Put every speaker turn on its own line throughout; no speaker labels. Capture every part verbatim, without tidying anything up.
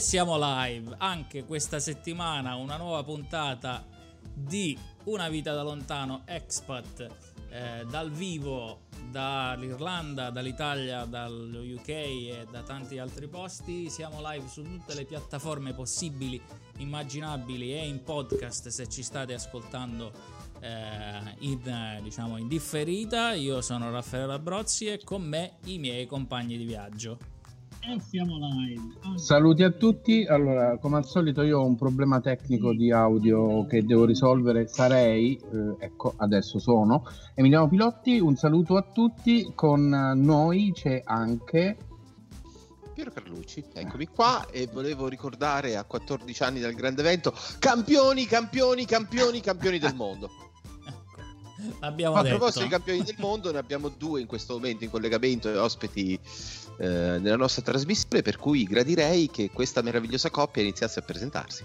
siamo live anche questa settimana, una nuova puntata di Una vita da lontano expat, eh, dal vivo, dall'Irlanda, dall'Italia, dallo U K e da tanti altri posti. Siamo live su tutte le piattaforme possibili, immaginabili e in podcast se ci state ascoltando eh, in, diciamo, in differita. Io sono Raffaele Abrozzi e con me i miei compagni di viaggio.
E siamo live. Oh.
Saluti a tutti. Allora, come al solito io ho un problema tecnico di audio che devo risolvere. Sarei, eh, ecco, adesso sono Emiliano Pilotti. Un saluto a tutti. Con noi c'è anche
Piero Carlucci, eccomi qua, e volevo ricordare a quattordici anni dal grande evento, campioni, campioni, campioni, campioni del mondo.
L'abbiamo
a
detto.
proposito di campioni del mondo, ne abbiamo due in questo momento in collegamento e ospiti eh, nella nostra trasmissione, per cui gradirei che questa meravigliosa coppia iniziasse a presentarsi.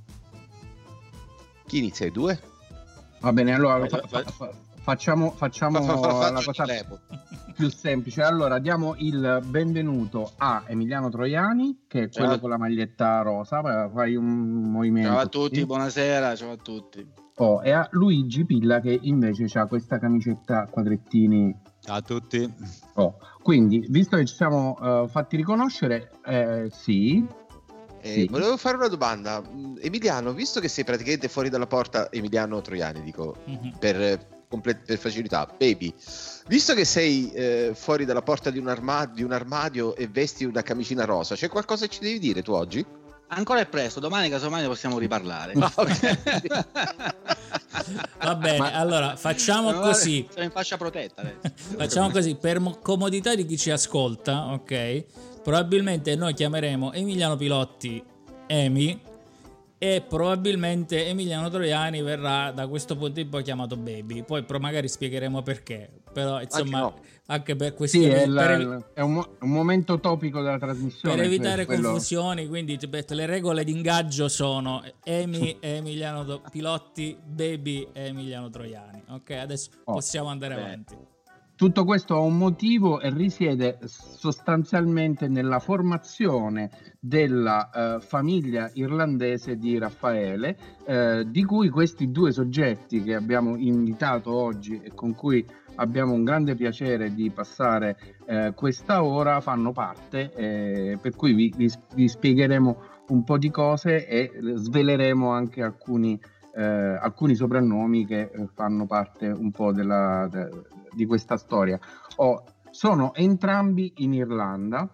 Chi inizia? I due?
Va bene, allora fa, fa, fa, facciamo, facciamo
fa, fa, fa,
la cosa più semplice. Allora diamo il benvenuto a Emiliano Troiani, che è quello
ciao.
Con la maglietta rosa. Fai un movimento.
Ciao a tutti,
sì?
Buonasera, ciao a tutti.
Oh, e a Luigi Pilla, che invece ha questa camicetta a quadrettini.
Ciao a tutti.
Oh, quindi, visto che ci siamo uh, fatti riconoscere, eh, sì,
eh,
sì.
Volevo fare una domanda. Emiliano, visto che sei praticamente fuori dalla porta, Emiliano Troiani, dico, mm-hmm. per, comple- per facilità, baby, visto che sei eh, fuori dalla porta di un, arma- di un armadio e vesti una camicina rosa, c'è qualcosa che ci devi dire tu oggi?
Ancora è presto, domani casomai ne possiamo riparlare.
Va bene, ma... allora facciamo
ma
così.
Siamo in fascia protetta adesso.
Facciamo così, per mo- comodità di chi ci ascolta, ok? Probabilmente noi chiameremo Emiliano Pilotti Emi e probabilmente Emiliano Troiani verrà da questo punto in poi chiamato Baby. Poi però magari spiegheremo perché. Però insomma, anche, no. anche per questi
sì, è, la, per... è un, mo- un momento topico della trasmissione.
Per evitare
quello...
confusioni, quindi le regole di ingaggio sono Emi e Emiliano Pilotti, Baby e Emiliano Troiani. Ok, adesso oh, possiamo andare beh. avanti.
Tutto questo ha un motivo e risiede sostanzialmente nella formazione della uh, famiglia irlandese di Raffaele, uh, di cui questi due soggetti che abbiamo invitato oggi e con cui abbiamo un grande piacere di passare uh, questa ora fanno parte, eh, per cui vi, vi, vi spiegheremo un po' di cose e sveleremo anche alcuni Eh, alcuni soprannomi che eh, fanno parte un po' della, de, di questa storia. Oh, sono entrambi in Irlanda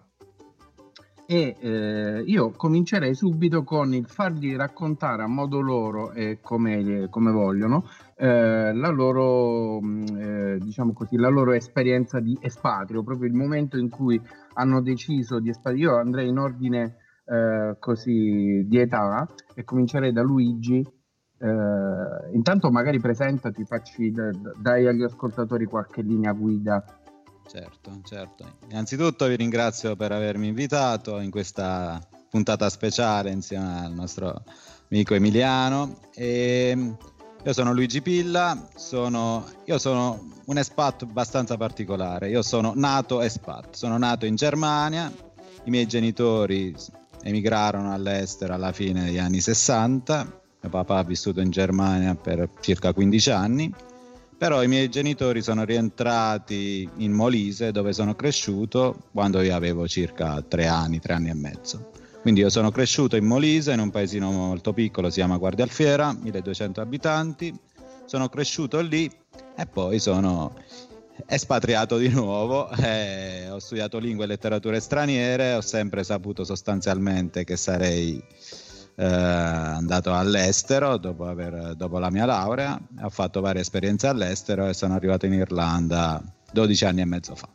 e eh, io comincerei subito con il fargli raccontare a modo loro e come, come vogliono eh, la loro eh, diciamo così la loro esperienza di espatrio, proprio il momento in cui hanno deciso di espatriare. Io andrei in ordine eh, così di età e comincerei da Luigi. Uh, intanto magari presentati, facci, dai agli ascoltatori qualche linea guida.
Certo, certo. Innanzitutto vi ringrazio per avermi invitato in questa puntata speciale insieme al nostro amico Emiliano. E io sono Luigi Pilla, sono, io sono un expat abbastanza particolare. Io sono nato expat, sono nato in Germania, i miei genitori emigrarono all'estero alla fine degli anni sessanta. Mio papà ha vissuto in Germania per circa quindici anni, però i miei genitori sono rientrati in Molise, dove sono cresciuto quando io avevo circa tre anni, tre anni e mezzo. Quindi io sono cresciuto in Molise, in un paesino molto piccolo, si chiama Guardialfiera, milleduecento abitanti. Sono cresciuto lì e poi sono espatriato di nuovo. Eh, ho studiato lingue e letterature straniere, ho sempre saputo sostanzialmente che sarei Eh, andato all'estero dopo, aver, dopo la mia laurea. Ho fatto varie esperienze all'estero e sono arrivato in Irlanda dodici anni e mezzo fa.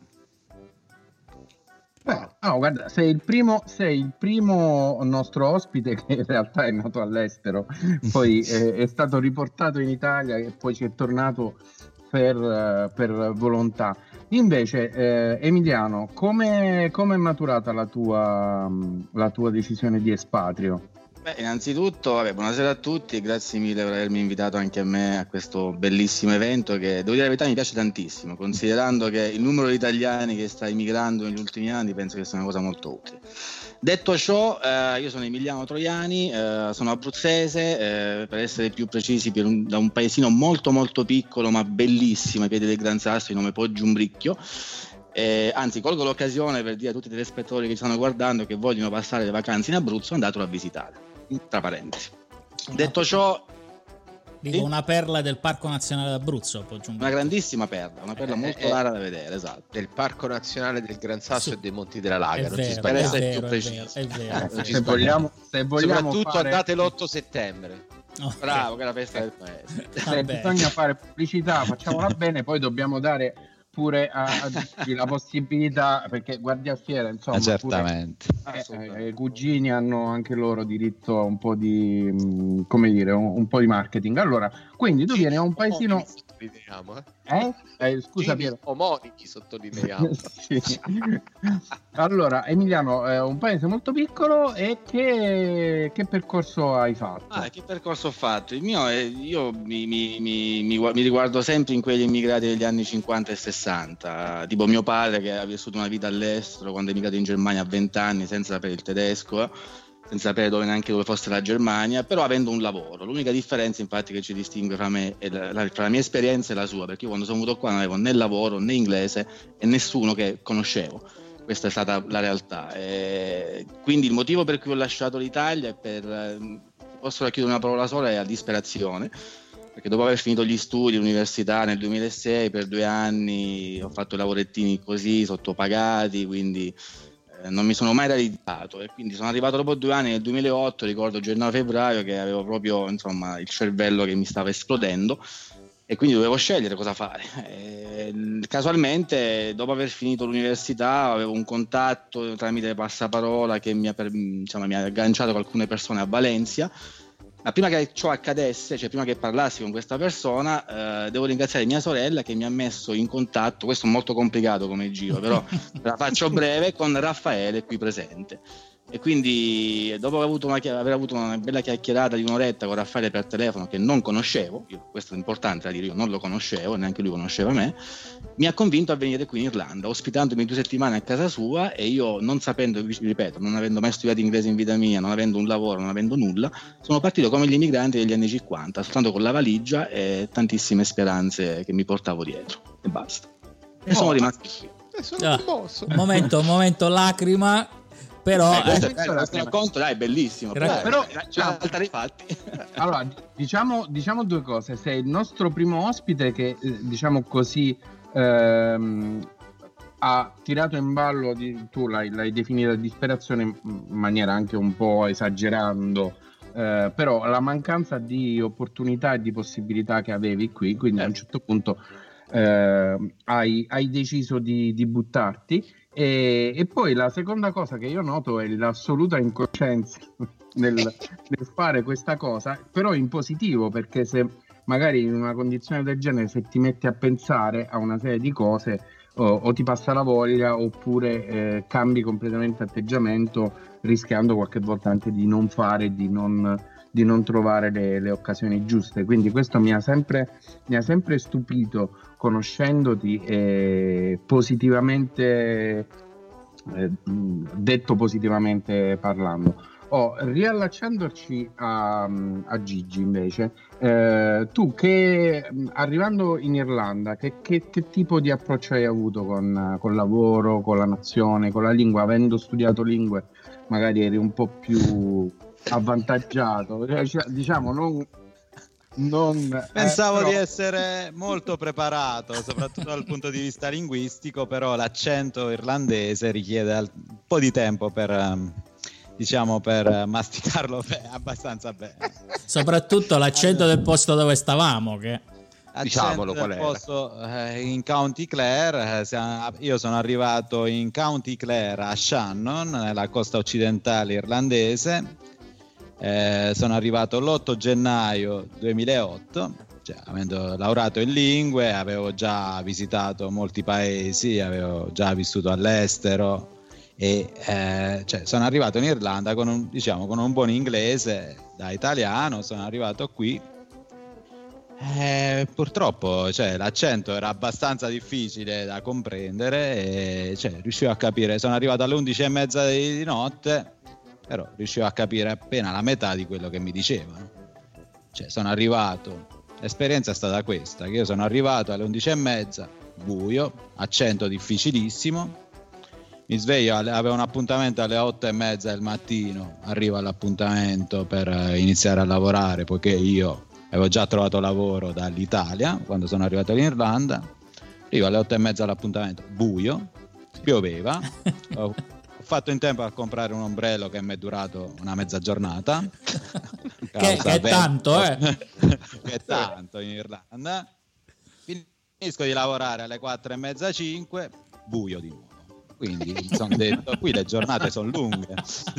Beh, oh, guarda, sei il primo, sei il primo nostro ospite che in realtà è nato all'estero, poi è, è stato riportato in Italia e poi ci è tornato per, per volontà. Invece, eh, Emiliano, come è maturata la tua, la tua decisione di espatrio?
Beh, innanzitutto, vabbè, buonasera a tutti e grazie mille per avermi invitato anche a me a questo bellissimo evento che, devo dire la verità, mi piace tantissimo, considerando che il numero di italiani che sta emigrando negli ultimi anni penso che sia una cosa molto utile. Detto ciò, eh, io sono Emiliano Troiani, eh, sono abruzzese, eh, per essere più precisi per un, da un paesino molto molto piccolo ma bellissimo ai piedi del Gran Sasso, di nome Poggiumbricchio. Eh, anzi, colgo l'occasione per dire a tutti i telespettatori che ci stanno guardando che vogliono passare le vacanze in Abruzzo, andatelo a visitare. Tra parentesi. Detto ciò,
dico
sì?
una perla del Parco Nazionale d'Abruzzo,
una grandissima perla, una perla
Eh,
molto
eh,
rara da vedere, esatto.
Del Parco Nazionale del Gran Sasso
Sì.
e dei Monti della Laga,
È
non ci
vero,
per
è
sbagliamo.
essere
vero,
più
è
precisi.
vero, è vero,
Eh,
è
non
vero.
ci
Se vogliamo, se vogliamo
Soprattutto
fare,
andate l'otto settembre.
Ok.
Bravo, che è la festa del paese.
se
Vabbè.
bisogna fare pubblicità, facciamola bene, poi dobbiamo dare pure a, a tutti la possibilità, perché Guardia Fiera, insomma,
Ah, certamente.
pure, eh, eh, i cugini hanno anche loro diritto a un po' di, mh, come dire, un, un po' di marketing. Allora, quindi tu vieni a un paesino,
Omonimi sottolineiamo, eh.
eh? Eh, scusa
Gini
Piero.
omonimi sottolineiamo.
Sì. Allora, Emiliano, è un paese molto piccolo e che, che percorso hai fatto?
Ah, che percorso ho fatto? Il mio è, io mi, mi, mi, mi, mi riguardo sempre in quegli immigrati degli anni cinquanta e sessanta, tipo mio padre che ha vissuto una vita all'estero quando è emigrato in Germania a venti anni senza sapere il tedesco, senza sapere dove, neanche dove fosse la Germania, però avendo un lavoro. L'unica differenza infatti che ci distingue fra me e la, la, fra la mia esperienza e la sua, perché io quando sono venuto qua non avevo né lavoro né inglese e nessuno che conoscevo. Questa è stata la realtà. E quindi il motivo per cui ho lasciato l'Italia è per, posso racchiudere una parola sola, è la disperazione, perché dopo aver finito gli studi all'università nel duemilasei, per due anni ho fatto lavorettini così, sottopagati, quindi eh, non mi sono mai realizzato, e quindi sono arrivato dopo due anni nel duemilaotto, ricordo gennaio-febbraio, che avevo proprio, insomma, il cervello che mi stava esplodendo, e quindi dovevo scegliere cosa fare. E, casualmente, dopo aver finito l'università, avevo un contatto tramite passaparola che mi ha, per, diciamo, mi ha agganciato con alcune persone a Valencia. Ma prima che ciò accadesse, cioè prima che parlassi con questa persona, eh, devo ringraziare mia sorella che mi ha messo in contatto, questo è molto complicato come giro, però la faccio breve, con Raffaele qui presente. E quindi dopo aver avuto, una, aver avuto una bella chiacchierata di un'oretta con Raffaele per telefono che non conoscevo, io, questo è importante da dire, io non lo conoscevo, neanche lui conosceva me, mi ha convinto a venire qui in Irlanda, ospitandomi due settimane a casa sua, e io, non sapendo, vi ripeto, non avendo mai studiato inglese in vita mia, non avendo un lavoro, non avendo nulla, sono partito come gli immigranti degli anni cinquanta, soltanto con la valigia e tantissime speranze che mi portavo dietro, e basta. E sono rimasto qui.
Eh, sono
Ah,
commosso.
un momento, un momento lacrima, però
Eh, questo
eh,
è bello, questo racconto dai, è bellissimo,
Grazie.
però,
Però,
c'è alta dei fatti.
Allora, diciamo, diciamo due cose. Sei il nostro primo ospite che, eh, diciamo così, ehm, ha tirato in ballo, di, tu l'hai, l'hai definita disperazione in maniera anche un po' esagerando, eh, però la mancanza di opportunità e di possibilità che avevi qui, quindi a un certo punto eh, hai, hai deciso di, di buttarti. E, e poi la seconda cosa che io noto è l'assoluta incoscienza nel, nel fare questa cosa, però in positivo, perché se magari in una condizione del genere, se ti metti a pensare a una serie di cose, o, o ti passa la voglia, oppure eh, cambi completamente atteggiamento, rischiando qualche volta anche di non fare, di non, di non trovare le, le occasioni giuste. Quindi questo mi ha sempre, mi ha sempre stupito, conoscendoti, eh, positivamente, eh, detto positivamente parlando. Oh, riallacciandoci a, a Gigi invece, eh, tu che arrivando in Irlanda, che, che, che tipo di approccio hai avuto con, con il lavoro, con la nazione, con la lingua? Avendo studiato lingue magari eri un po' più avvantaggiato, diciamo, non... Non,
Pensavo
eh, però...
di essere molto preparato, soprattutto dal punto di vista linguistico, però l'accento irlandese richiede un po' di tempo per, diciamo, per masticarlo abbastanza bene.
soprattutto l'accento del posto dove stavamo, che
Diciamolo,
Accento
qual
del
era?
posto, eh, in County Clare, eh, siamo- io sono arrivato in County Clare a Shannon, nella costa occidentale irlandese. Eh, sono arrivato l'otto gennaio duemilaotto, cioè, avendo lavorato in lingue, avevo già visitato molti paesi, avevo già vissuto all'estero e eh, cioè, sono arrivato in Irlanda con un, diciamo, con un buon inglese da italiano, sono arrivato qui. Eh, purtroppo cioè, l'accento era abbastanza difficile da comprendere e cioè, riuscivo a capire, sono arrivato alle undici e mezza di, di notte, però riuscivo a capire appena la metà di quello che mi dicevano. Cioè, sono arrivato, l'esperienza è stata questa, che io sono arrivato alle undici e mezza, buio, accento difficilissimo, mi sveglio, avevo un appuntamento alle otto e mezza del mattino, arrivo all'appuntamento per iniziare a lavorare, poiché io avevo già trovato lavoro dall'Italia quando sono arrivato in Irlanda. Arrivo alle otto e mezza all'appuntamento, buio, pioveva, ho, ho fatto in tempo a comprare un ombrello che mi è durato una mezza giornata.
che, che è tanto, eh?
Che è tanto in Irlanda. Finisco di lavorare alle quattro e mezza, cinque, buio di nuovo. Quindi mi sono detto, qui le giornate sono lunghe.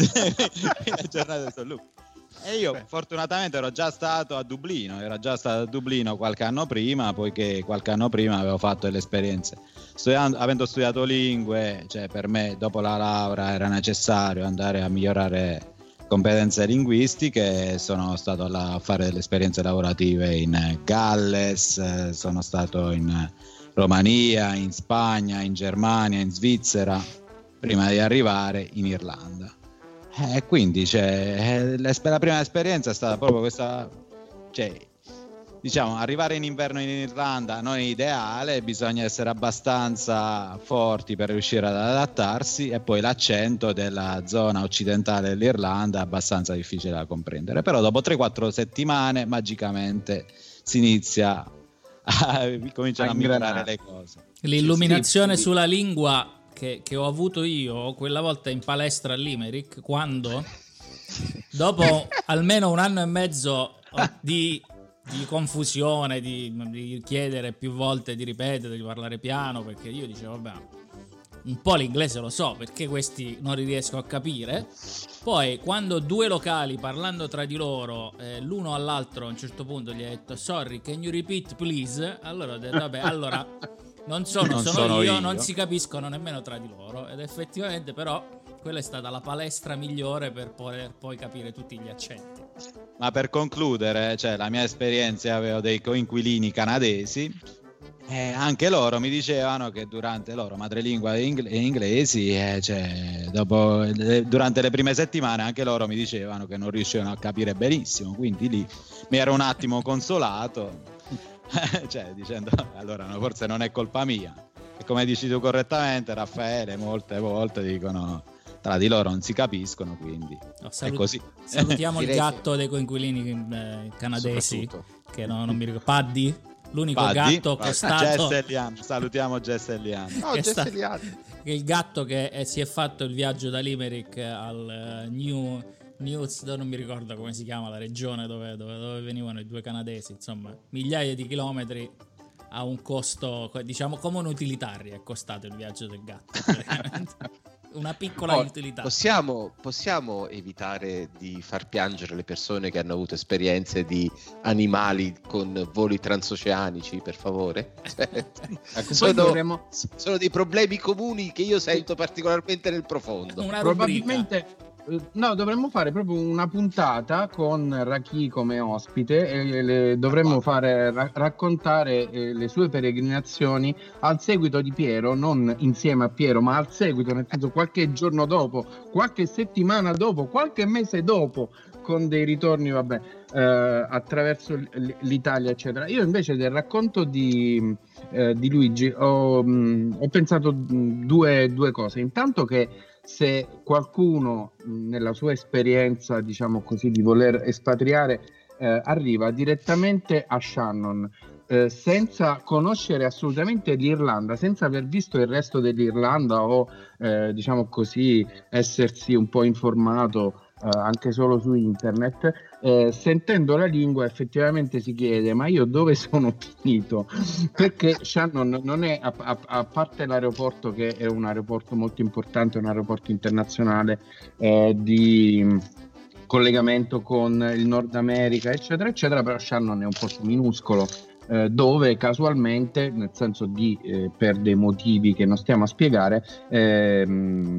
Le giornate sono lunghe. E io fortunatamente ero già stato a Dublino, ero già stato a Dublino qualche anno prima, poiché qualche anno prima avevo fatto delle esperienze. Studiando, avendo studiato lingue, cioè per me dopo la laurea era necessario andare a migliorare competenze linguistiche. Sono stato là a fare delle esperienze lavorative in Galles, sono stato in Romania, in Spagna, in Germania, in Svizzera, prima di arrivare in Irlanda. E eh, quindi cioè, la prima esperienza è stata proprio questa, cioè, diciamo, arrivare in inverno in Irlanda non è ideale, bisogna essere abbastanza forti per riuscire ad adattarsi, e poi l'accento della zona occidentale dell'Irlanda è abbastanza difficile da comprendere, però dopo tre quattro settimane magicamente si inizia a cominciano a, a migliorare le cose.
L'illuminazione
sì, sì.
sulla lingua Che, che ho avuto io quella volta in palestra a Limerick, quando dopo almeno un anno e mezzo di, di confusione, di, di chiedere più volte, di ripetere, di parlare piano, perché io dicevo vabbè, un po' l'inglese lo so, perché questi non li riesco a capire. Poi quando due locali parlando tra di loro, eh, l'uno all'altro a un certo punto gli ha detto sorry, can you repeat please? Allora ho detto vabbè, allora non sono,
non
sono,
sono
io,
io,
non si capiscono nemmeno tra di loro. Ed effettivamente però quella è stata la palestra migliore per poter poi capire tutti gli accenti.
Ma per concludere, cioè, la mia esperienza, avevo dei coinquilini canadesi e anche loro mi dicevano che durante loro madrelingua e ingle- inglesi eh, cioè, dopo, le, durante le prime settimane anche loro mi dicevano che non riuscivano a capire benissimo, quindi lì mi ero un attimo consolato. Cioè dicendo allora no, forse non è colpa mia, e come dici tu correttamente Raffaele, molte volte dicono tra di loro non si capiscono, quindi no, salut- è così.
Salutiamo il gatto che... dei coinquilini eh, canadesi che no, non mi ricordo, Paddy, l'unico
Paddy,
gatto che è stato
Jess Elian. Salutiamo Jess Elian.
No,
che,
Jess
sta...
Elian.
che è il gatto che è, si è fatto il viaggio da Limerick al uh, New News, non mi ricordo come si chiama la regione dove, dove, dove venivano i due canadesi, insomma migliaia di chilometri a un costo, diciamo come un utilitario è costato il viaggio del gatto. Una piccola
oh,
utilità.
Possiamo, possiamo evitare di far piangere le persone che hanno avuto esperienze di animali con voli transoceanici, per favore? sono,
dovremmo...
sono dei problemi comuni che io sento particolarmente nel profondo.
Una
Probabilmente no, dovremmo fare proprio una puntata con Raki come ospite e le, dovremmo fare ra- raccontare eh, le sue peregrinazioni al seguito di Piero, non insieme a Piero, ma al seguito, nel senso qualche giorno dopo, qualche settimana dopo, qualche mese dopo, con dei ritorni, vabbè, eh, attraverso l'Italia, eccetera. Io invece del racconto di, eh, di Luigi ho, mh, ho pensato due, due cose. Intanto che se qualcuno nella sua esperienza, diciamo così, di voler espatriare eh, arriva direttamente a Shannon eh, senza conoscere assolutamente l'Irlanda, senza aver visto il resto dell'Irlanda o eh, diciamo così essersi un po' informato eh, anche solo su internet, eh, sentendo la lingua effettivamente si chiede ma io dove sono finito? Perché Shannon non è, a, a, a parte l'aeroporto che è un aeroporto molto importante, un aeroporto internazionale eh, di collegamento con il Nord America eccetera eccetera, però Shannon è un posto minuscolo eh, dove casualmente, nel senso di eh, per dei motivi che non stiamo a spiegare, ehm,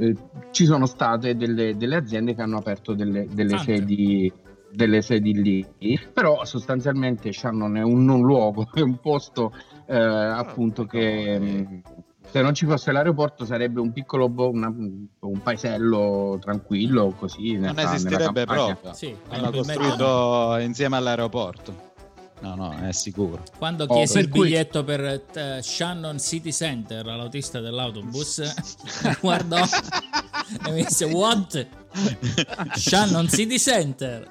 eh, ci sono state delle, delle aziende che hanno aperto delle, delle sedi delle sedi lì, però sostanzialmente Shannon è un non luogo, è un posto eh, appunto che mh, se non ci fosse l'aeroporto sarebbe un piccolo bo- una, un paesello tranquillo così,
non
nella,
esisterebbe
nella
proprio,
sì,
hanno costruito insieme all'aeroporto. No, no, è sicuro.
Quando chiesi
oh,
il
cui...
biglietto per uh, Shannon City Center all'autista dell'autobus, guardò e mi disse what? Shannon City Center,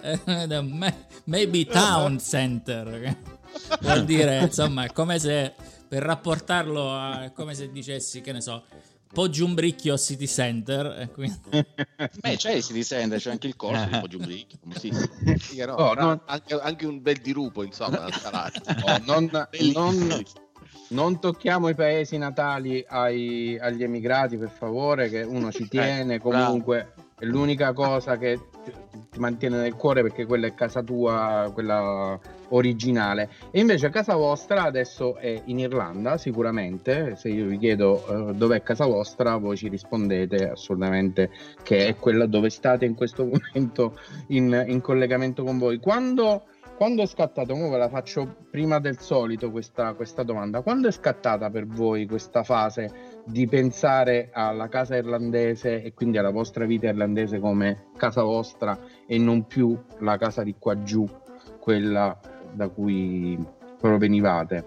maybe Town Center, vuol dire insomma è come se, per rapportarlo a, è come se dicessi, che ne so, Poggiumbricchio City Center, quindi...
Beh, c'è il City Center, c'è anche il corso di Poggiumbricchio, come si
sì, no,
oh, non...
anche, anche un bel dirupo, insomma,
oh, non, non, non tocchiamo i paesi natali ai, agli emigrati, per favore, che uno ci tiene, comunque è l'unica cosa che ti mantiene nel cuore, perché quella è casa tua, quella originale. E invece casa vostra adesso è in Irlanda, sicuramente. Se io vi chiedo uh, dov'è casa vostra, voi ci rispondete assolutamente che è quella dove state in questo momento in, in collegamento con voi. Quando, quando è scattata, ora ve la faccio prima del solito questa, questa domanda, quando è scattata per voi questa fase di pensare alla casa irlandese e quindi alla vostra vita irlandese come casa vostra e non più la casa di qua giù, quella da cui provenivate?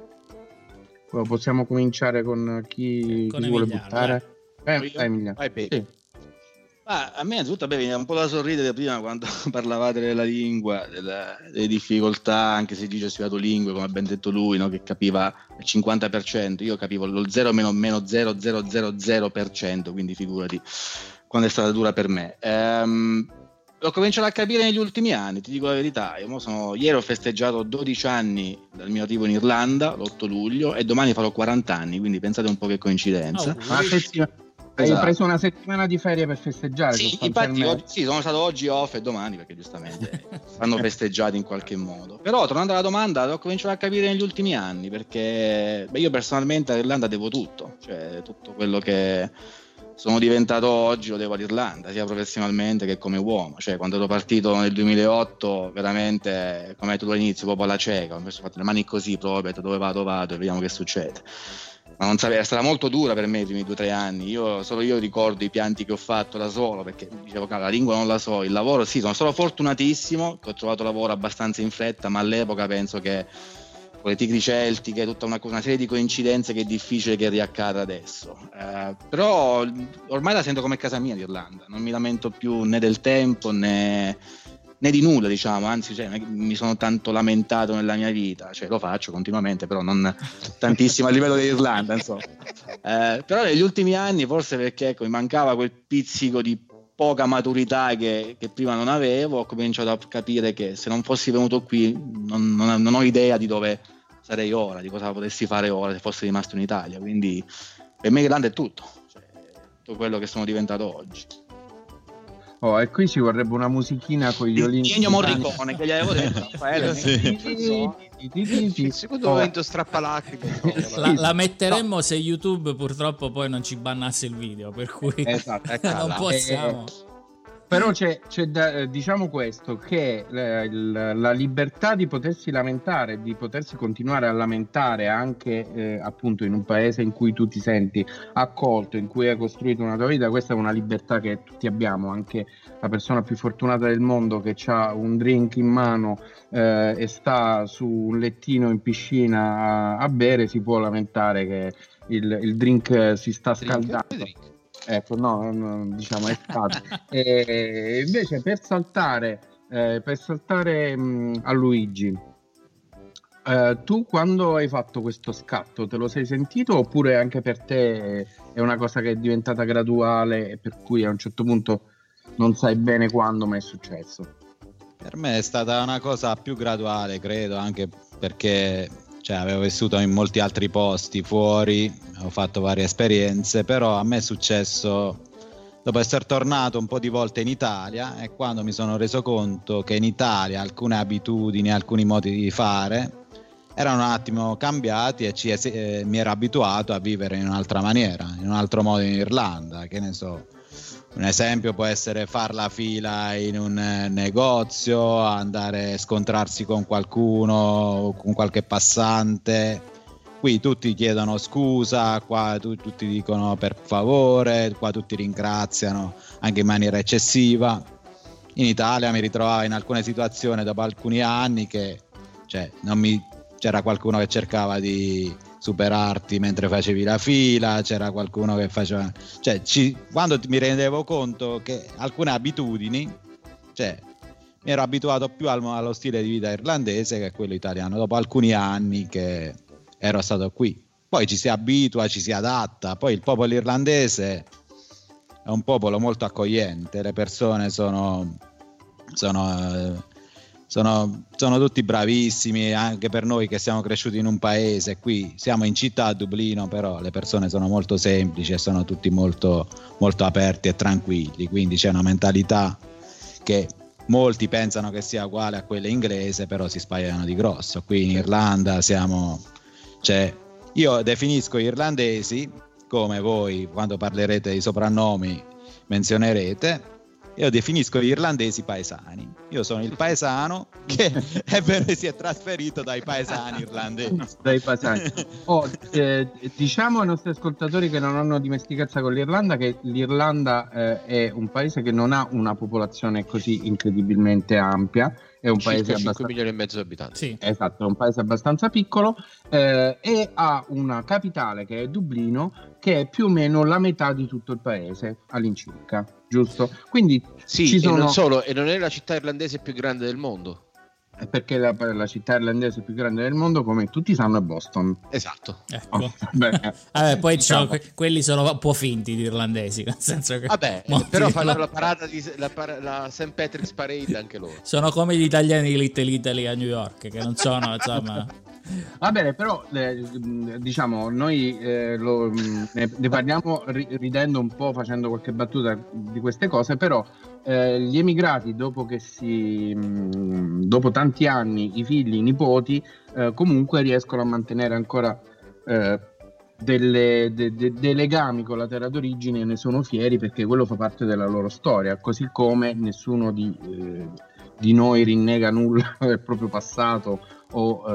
Possiamo cominciare con chi,
con
chi vuole
Emiliano,
buttare? Eh,
eh,
Emiliano.
Vai, sì. Ah, a me innanzitutto beh, veniva un po' da sorridere prima quando parlavate della lingua, della, delle difficoltà, anche se Gigi ha studiato lingue, come ha ben detto lui, no? Che capiva il cinquanta per cento, io capivo lo zero meno meno zero zero zero zero per cento, quindi figurati quando è stata dura per me. Ehm, l'ho cominciato a capire negli ultimi anni, ti dico la verità. Io sono, ieri ho festeggiato dodici anni dal mio arrivo in Irlanda, l'otto luglio, e domani farò quaranta anni, quindi pensate un po' che coincidenza.
Oh,
Ma settima... Hai
esatto.
preso una settimana di ferie per festeggiare?
Sì, infatti oggi, sì, sono stato oggi off e domani perché giustamente vanno festeggiati in qualche modo. Però tornando alla domanda, l'ho cominciato a capire negli ultimi anni, perché beh, io personalmente all'Irlanda devo tutto, cioè tutto quello che sono diventato oggi lo devo all'Irlanda, sia professionalmente che come uomo. Cioè quando ero partito nel duemilaotto veramente, come hai detto tu all'inizio, proprio alla cieca, ho messo fatto le mani così proprio, dove vado vado e vediamo che succede. Ma non sapevo, è stata molto dura per me i primi due o tre anni. Io solo io ricordo i pianti che ho fatto da solo, perché dicevo la lingua non la so, il lavoro sì, sono stato fortunatissimo che ho trovato lavoro abbastanza in fretta, ma all'epoca penso che con le tigri celtiche, tutta una, una serie di coincidenze che è difficile che riaccada adesso. Eh, però ormai la sento come casa mia l'Irlanda, non mi lamento più né del tempo né né di nulla, diciamo, anzi cioè, mi sono tanto lamentato nella mia vita, cioè lo faccio continuamente, però non tantissimo a livello dell'Irlanda, insomma. Eh, però negli ultimi anni, forse perché ecco, mi mancava quel pizzico di poca maturità che, che prima non avevo, ho cominciato a capire che se non fossi venuto qui non, non, non ho idea di dove sarei ora, di cosa potessi fare ora se fossi rimasto in Italia, quindi per me l'Irlanda è tutto, cioè, tutto quello che sono diventato oggi.
Oh, e qui ci vorrebbe una musichina con gli violini.
Ennio Morricone, che gli avevo detto, Raffaele.
Il secondo momento strappalacrime.
La, la metteremmo no. se YouTube purtroppo poi non ci bannasse il video, per cui
esatto,
non possiamo.
Eh, però c'è, c'è da, diciamo questo, che la, la, la libertà di potersi lamentare, di potersi continuare a lamentare anche eh, appunto in un paese in cui tu ti senti accolto, in cui hai costruito una tua vita, questa è una libertà che tutti abbiamo, anche la persona più fortunata del mondo che ha un drink in mano eh, e sta su un lettino in piscina a, a bere, si può lamentare che il, il drink si sta scaldando. Drink. Ecco, no, no, diciamo è stato. E invece per saltare, eh, per saltare mh, a Luigi, eh, tu quando hai fatto questo scatto te lo sei sentito oppure anche per te è una cosa che è diventata graduale e per cui a un certo punto non sai bene quando, ma è successo?
Per me è stata una cosa più graduale, credo, anche perché cioè, avevo vissuto in molti altri posti fuori, ho fatto varie esperienze, però a me è successo dopo essere tornato un po' di volte in Italia e quando mi sono reso conto che in Italia alcune abitudini, alcuni modi di fare erano un attimo cambiati e ci, eh, mi ero abituato a vivere in un'altra maniera, in un altro modo in Irlanda, che ne so, Un esempio può essere far la fila in un negozio, andare a scontrarsi con qualcuno, con qualche passante. Qui tutti chiedono scusa, qua tu, tutti dicono per favore, qua tutti ringraziano anche in maniera eccessiva. In Italia mi ritrovavo in alcune situazioni dopo alcuni anni che cioè, non mi, c'era qualcuno che cercava di superarti mentre facevi la fila, c'era qualcuno che faceva, cioè ci, quando mi rendevo conto che alcune abitudini, cioè mi ero abituato più al, allo stile di vita irlandese che a quello italiano dopo alcuni anni che ero stato qui. Poi ci si abitua, ci si adatta. Poi il popolo irlandese è un popolo molto accogliente, le persone sono sono Sono, sono tutti bravissimi, anche per noi che siamo cresciuti in un paese. Qui siamo in città a Dublino, però le persone sono molto semplici e sono tutti molto, molto aperti e tranquilli, quindi c'è una mentalità che molti pensano che sia uguale a quella inglese, però si sbagliano di grosso. Qui in Irlanda siamo, cioè, io definisco gli irlandesi, come voi quando parlerete di soprannomi menzionerete, io definisco gli irlandesi paesani. Io sono il paesano che è vero, si è trasferito dai paesani irlandesi.
Dai paesani. Oh, eh, diciamo ai nostri ascoltatori che non hanno dimestichezza con l'Irlanda che l'Irlanda eh, è un paese che non ha una popolazione così incredibilmente ampia. È un paese
circa cinque
abbastanza...
milioni e mezzo di abitanti.
Sì.
Esatto, è un paese abbastanza piccolo eh, e ha una capitale che è Dublino, che è più o meno la metà di tutto il paese all'incirca, giusto? Quindi
sì,
ci sono...
e non solo, e non è la città irlandese più grande del mondo.
Perché la, la città irlandese più grande del mondo, come tutti sanno, è Boston.
Esatto.
Ecco.
Oh, beh,
Vabbè, poi
diciamo.
que- quelli sono un po' finti di irlandesi, nel senso che
Vabbè,
molti
però
di
fanno
loro
la parata di la, par- la Saint Patrick's Parade anche loro.
sono come gli italiani di Little Italy a New York, che non sono, insomma.
Va bene, però eh, diciamo noi eh, lo, ne, ne parliamo ri- ridendo un po', facendo qualche battuta di queste cose, però eh, gli emigrati dopo che si mh, dopo tanti anni i figli, i nipoti eh, comunque riescono a mantenere ancora eh, delle, de, de, dei legami con la terra d'origine e ne sono fieri perché quello fa parte della loro storia, così come nessuno di, eh, di noi rinnega nulla del proprio passato o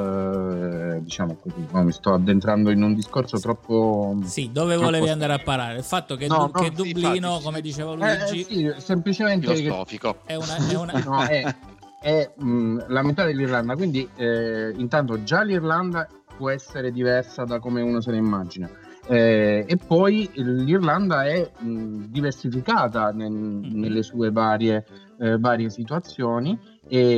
eh, diciamo così, no, mi sto addentrando in un discorso troppo
Sì, dove
troppo
volevi andare a parare? Il fatto che,
No,
du-
no,
che
sì,
Dublino,
infatti,
come diceva
eh,
Luigi,
eh, sì, semplicemente che-
Filosofico.
è una, è una...
no, è, è mh, la metà dell'Irlanda, quindi eh, intanto già l'Irlanda può essere diversa da come uno se ne immagina. Eh, e poi l'Irlanda è mh, diversificata nel- nelle sue varie, eh, varie situazioni,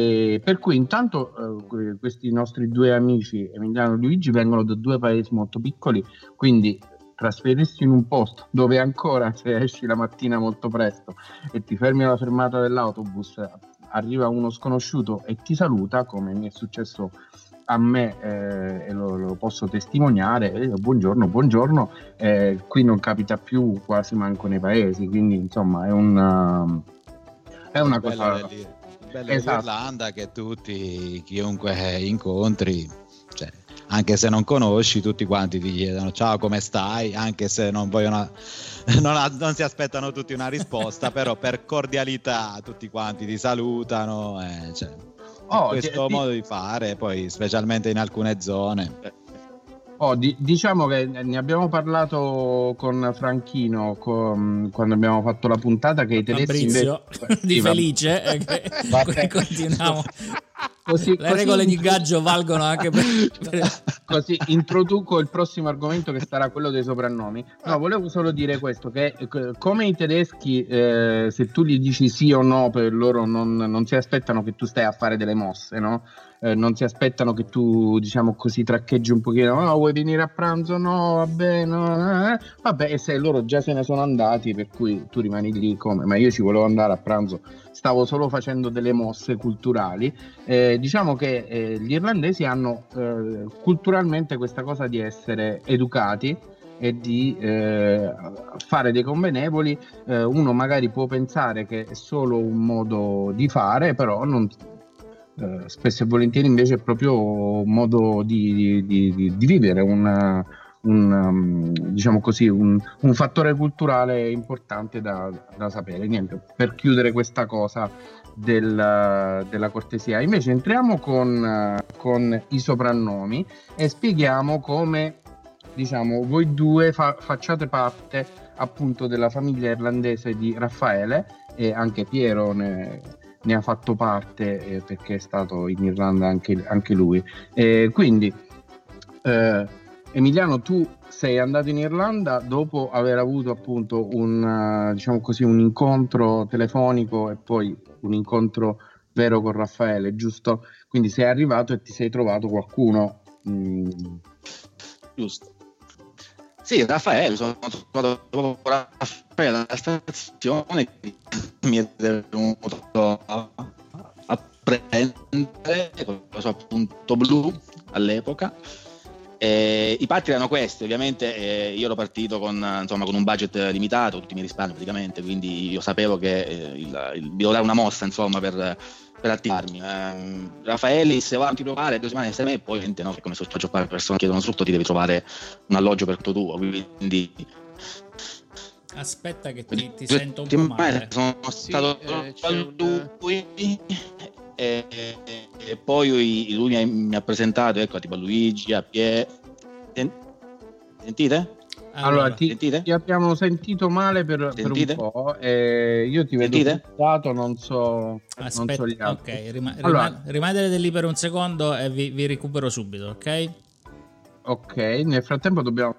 e per cui intanto eh, questi nostri due amici Emiliano e Luigi vengono da due paesi molto piccoli, quindi trasferirsi in un posto dove ancora se esci la mattina molto presto e ti fermi alla fermata dell'autobus, arriva uno sconosciuto e ti saluta, come mi è successo a me eh, e lo, lo posso testimoniare, eh, buongiorno, buongiorno, eh, qui non capita più quasi manco nei paesi, quindi insomma è una, è una
Il bello
cosa...
dell'Ir- il bello
Esatto.
dell'Irlanda che tutti, chiunque incontri, cioè, anche se non conosci, tutti quanti ti chiedono ciao, come stai, anche se non vogliono, non, ha- non si aspettano tutti una risposta, però per cordialità tutti quanti ti salutano, eh, cioè,
Oh,
questo
di-
modo di fare, poi specialmente in alcune zone.
Oh, di- diciamo che ne abbiamo parlato con Franchino con- quando abbiamo fatto la puntata che i tedeschi
Fabrizio
invece-
di
Sì, vabbè.
Felice eh, che-
Vabbè.
continuiamo.
Così-
Le
così-
regole di gaggio valgono anche per, per...
Così introduco il prossimo argomento che sarà quello dei soprannomi. No, volevo solo dire questo, che eh, come i tedeschi, eh, se tu gli dici sì o no, per loro non, non si aspettano che tu stai a fare delle mosse, no? Eh, non si aspettano che tu, diciamo così, traccheggi un pochino, no, vuoi venire a pranzo? No, vabbè, no, eh. Vabbè, e se loro già se ne sono andati, per cui tu rimani lì come, ma io ci volevo andare a pranzo, stavo solo facendo delle mosse culturali. Eh, diciamo che eh, gli irlandesi hanno eh, culturalmente questa cosa di essere educati e di eh, fare dei convenevoli. Eh, uno magari può pensare che è solo un modo di fare, però non, eh, spesso e volentieri invece è proprio un modo di, di, di, di vivere, una, un, um, diciamo così, un, un fattore culturale importante da, da sapere. Niente, per chiudere questa cosa del, della cortesia, invece entriamo con, uh, con i soprannomi e spieghiamo come, diciamo, voi due fa- facciate parte appunto della famiglia irlandese di Raffaele, e anche Piero ne, ne ha fatto parte, eh, perché è stato in Irlanda anche, anche lui. E quindi eh, Emiliano, tu sei andato in Irlanda dopo aver avuto appunto un, uh, diciamo così, un incontro telefonico e poi un incontro vero con Raffaele, giusto? Quindi sei arrivato e ti sei trovato qualcuno. Mh...
Giusto. Sì, Raffaele, sono trovato proprio Raffaele alla stazione, mi è venuto a prendere con il suo appunto blu all'epoca. E i patti erano questi, ovviamente eh, io ero partito con, insomma, con un budget limitato, tutti i miei risparmi praticamente, quindi io sapevo che eh, il, il, dovevo dare una mossa, insomma, per, per attivarmi. Eh, Raffaele, se va a ti trovare due settimane insieme a me, poi gente, no, che come sospeggio fare persone chiedono tutto, ti devi trovare un alloggio per tutto tuo, quindi
aspetta che ti, ti sento un po' male.
Sono
sì,
stato
eh,
con
un...
lui e, e, e poi lui mi ha, mi ha presentato, ecco, tipo a Luigi, a Pie. Sentite?
Allora,
Allora,
ti,
sentite?
ti abbiamo sentito male per, per un
Sentite?
po', e io ti vedo
Sentite?
fissato, non so,
aspetta,
non so gli altri.
ok, rima-
Allora-
rima- rimanete lì per un secondo e vi, vi recupero subito, ok?
Ok, nel frattempo dobbiamo...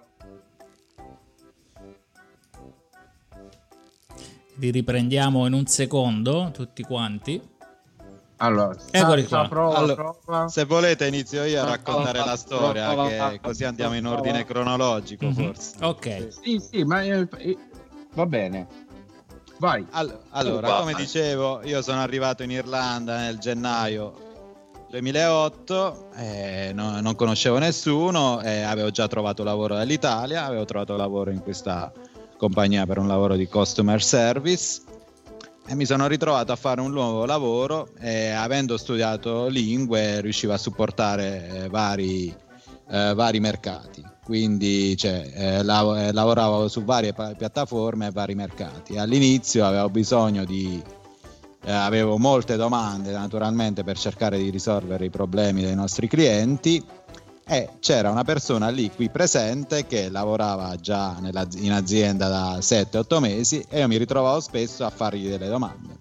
Vi riprendiamo in un secondo, tutti quanti.
Allora,
Eccoli
sta-
qua.
prova,
Allora,
prova.
se volete inizio io a raccontare
Prova,
la storia,
prova,
che così andiamo in ordine cronologico,
Mhm.
forse.
Ok,
Sì, sì, ma eh, eh, va bene. Vai.
All- allora, come dicevo, io sono arrivato in Irlanda nel gennaio duemilaotto, eh, no- non conoscevo nessuno, eh, avevo già trovato lavoro dall'Italia, avevo trovato lavoro in questa compagnia per un lavoro di customer service e mi sono ritrovato a fare un nuovo lavoro e, avendo studiato lingue, riuscivo a supportare eh, vari, eh, vari mercati. Quindi cioè, eh, lav- eh, lavoravo su varie pa- piattaforme e vari mercati. All'inizio avevo bisogno di eh, avevo molte domande, naturalmente, per cercare di risolvere i problemi dei nostri clienti, e c'era una persona lì qui presente che lavorava già nella, in azienda da sette otto mesi e io mi ritrovavo spesso a fargli delle domande.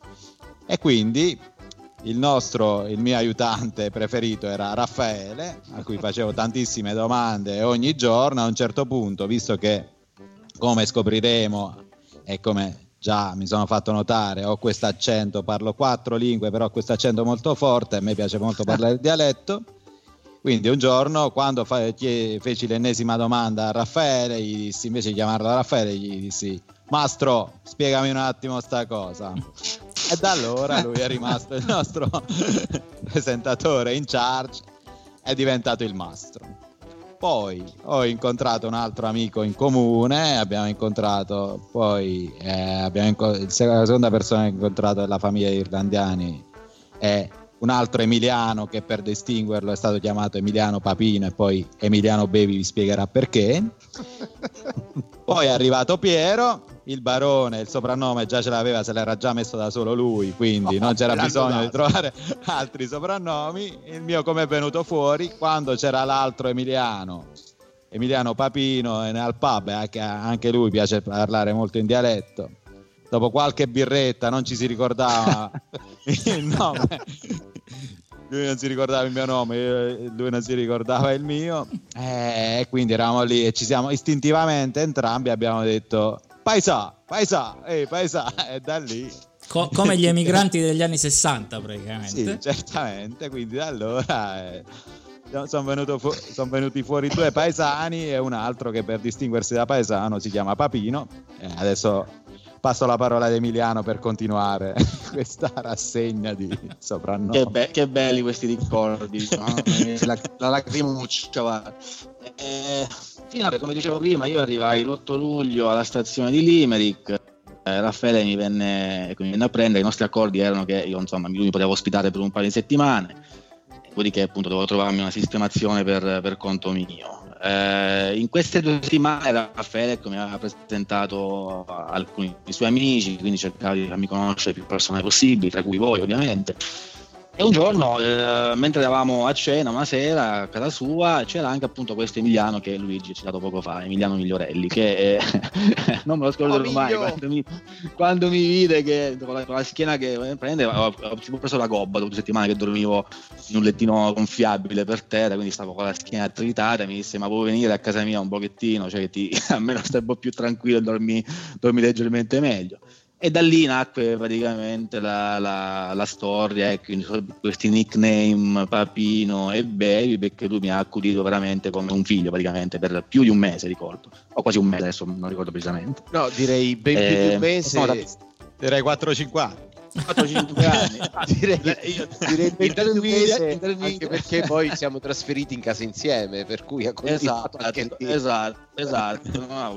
E quindi il nostro, il mio aiutante preferito era Raffaele, a cui facevo tantissime domande ogni giorno. A un certo punto, visto che, come scopriremo e come già mi sono fatto notare, ho questo accento, parlo quattro lingue, però ho questo accento molto forte, a me piace molto parlare il dialetto. Quindi un giorno, quando fa- chie- feci l'ennesima domanda a Raffaele, gli dissi, invece di chiamarlo Raffaele, gli dissi: Mastro, spiegami un attimo sta cosa. E da allora lui è rimasto il nostro presentatore in charge, è diventato il mastro. Poi ho incontrato un altro amico in comune, abbiamo incontrato poi eh, abbiamo inco- la seconda persona che ho incontrato della famiglia irlandiani è un altro Emiliano, che per distinguerlo è stato chiamato Emiliano Papino, e poi Emiliano Bevi vi spiegherà perché. Poi è arrivato Piero, il barone, il soprannome già ce l'aveva, se l'era già messo da solo lui, quindi non c'era bisogno di trovare altri soprannomi. Il mio come è venuto fuori quando c'era l'altro Emiliano, Emiliano Papino, e al pub, anche, anche lui piace parlare molto in dialetto. Dopo qualche birretta non ci si ricordava il nome, lui non si ricordava il mio nome, lui non si ricordava il mio, e quindi eravamo lì e ci siamo istintivamente entrambi abbiamo detto paesà, paesà, ehi paesà, e da lì
Co- come gli emigranti degli anni sessanta praticamente.
sì, certamente. Quindi da allora eh, sono venuto fu- son venuti fuori due paesani e un altro che per distinguersi da paesano si chiama Papino. E adesso passo la parola ad Emiliano per continuare questa rassegna di soprannomi.
Che, be- che belli questi ricordi, no? la, la lacrimuccia, guarda. Eh, fino a, come dicevo prima, io arrivai l'otto luglio alla stazione di Limerick. Eh, Raffaele mi venne, ecco, mi venne a prendere. I nostri accordi erano che io, insomma, lui mi poteva ospitare per un paio di settimane, dopodiché appunto dovevo trovarmi una sistemazione per, per conto mio. eh, in queste due settimane Raffaele ecco, mi aveva presentato alcuni dei suoi amici, quindi cercavo di farmi conoscere più persone possibili, tra cui voi ovviamente. E un giorno, eh, mentre eravamo a cena una sera a casa sua, c'era anche appunto questo Emiliano che Luigi ha citato poco fa, Emiliano Migliorelli, che eh, non me lo scorderò oh, mai quando mi, quando mi vide che con la, con la schiena che prende, ho, ho, ho preso la gobba dopo due settimane che dormivo in un lettino gonfiabile per terra, quindi stavo con la schiena attritata, mi disse ma puoi venire a casa mia un pochettino, cioè che ti, almeno stai un po' più tranquillo e dormi, dormi leggermente meglio. E da lì nacque praticamente la, la, la storia, ecco, questi nickname Papino e Baby, perché lui mi ha accudito veramente come un figlio praticamente per più di un mese, ricordo, o quasi un mese, adesso non ricordo precisamente.
No, direi ben più eh, di un mese,
da... direi quattro cinque anni.
quattro cinque anni
direi, io, direi in termini, mese, anche perché poi siamo trasferiti in casa insieme, per cui ha continuato
esatto,
anche lì.
esatto, esatto. No,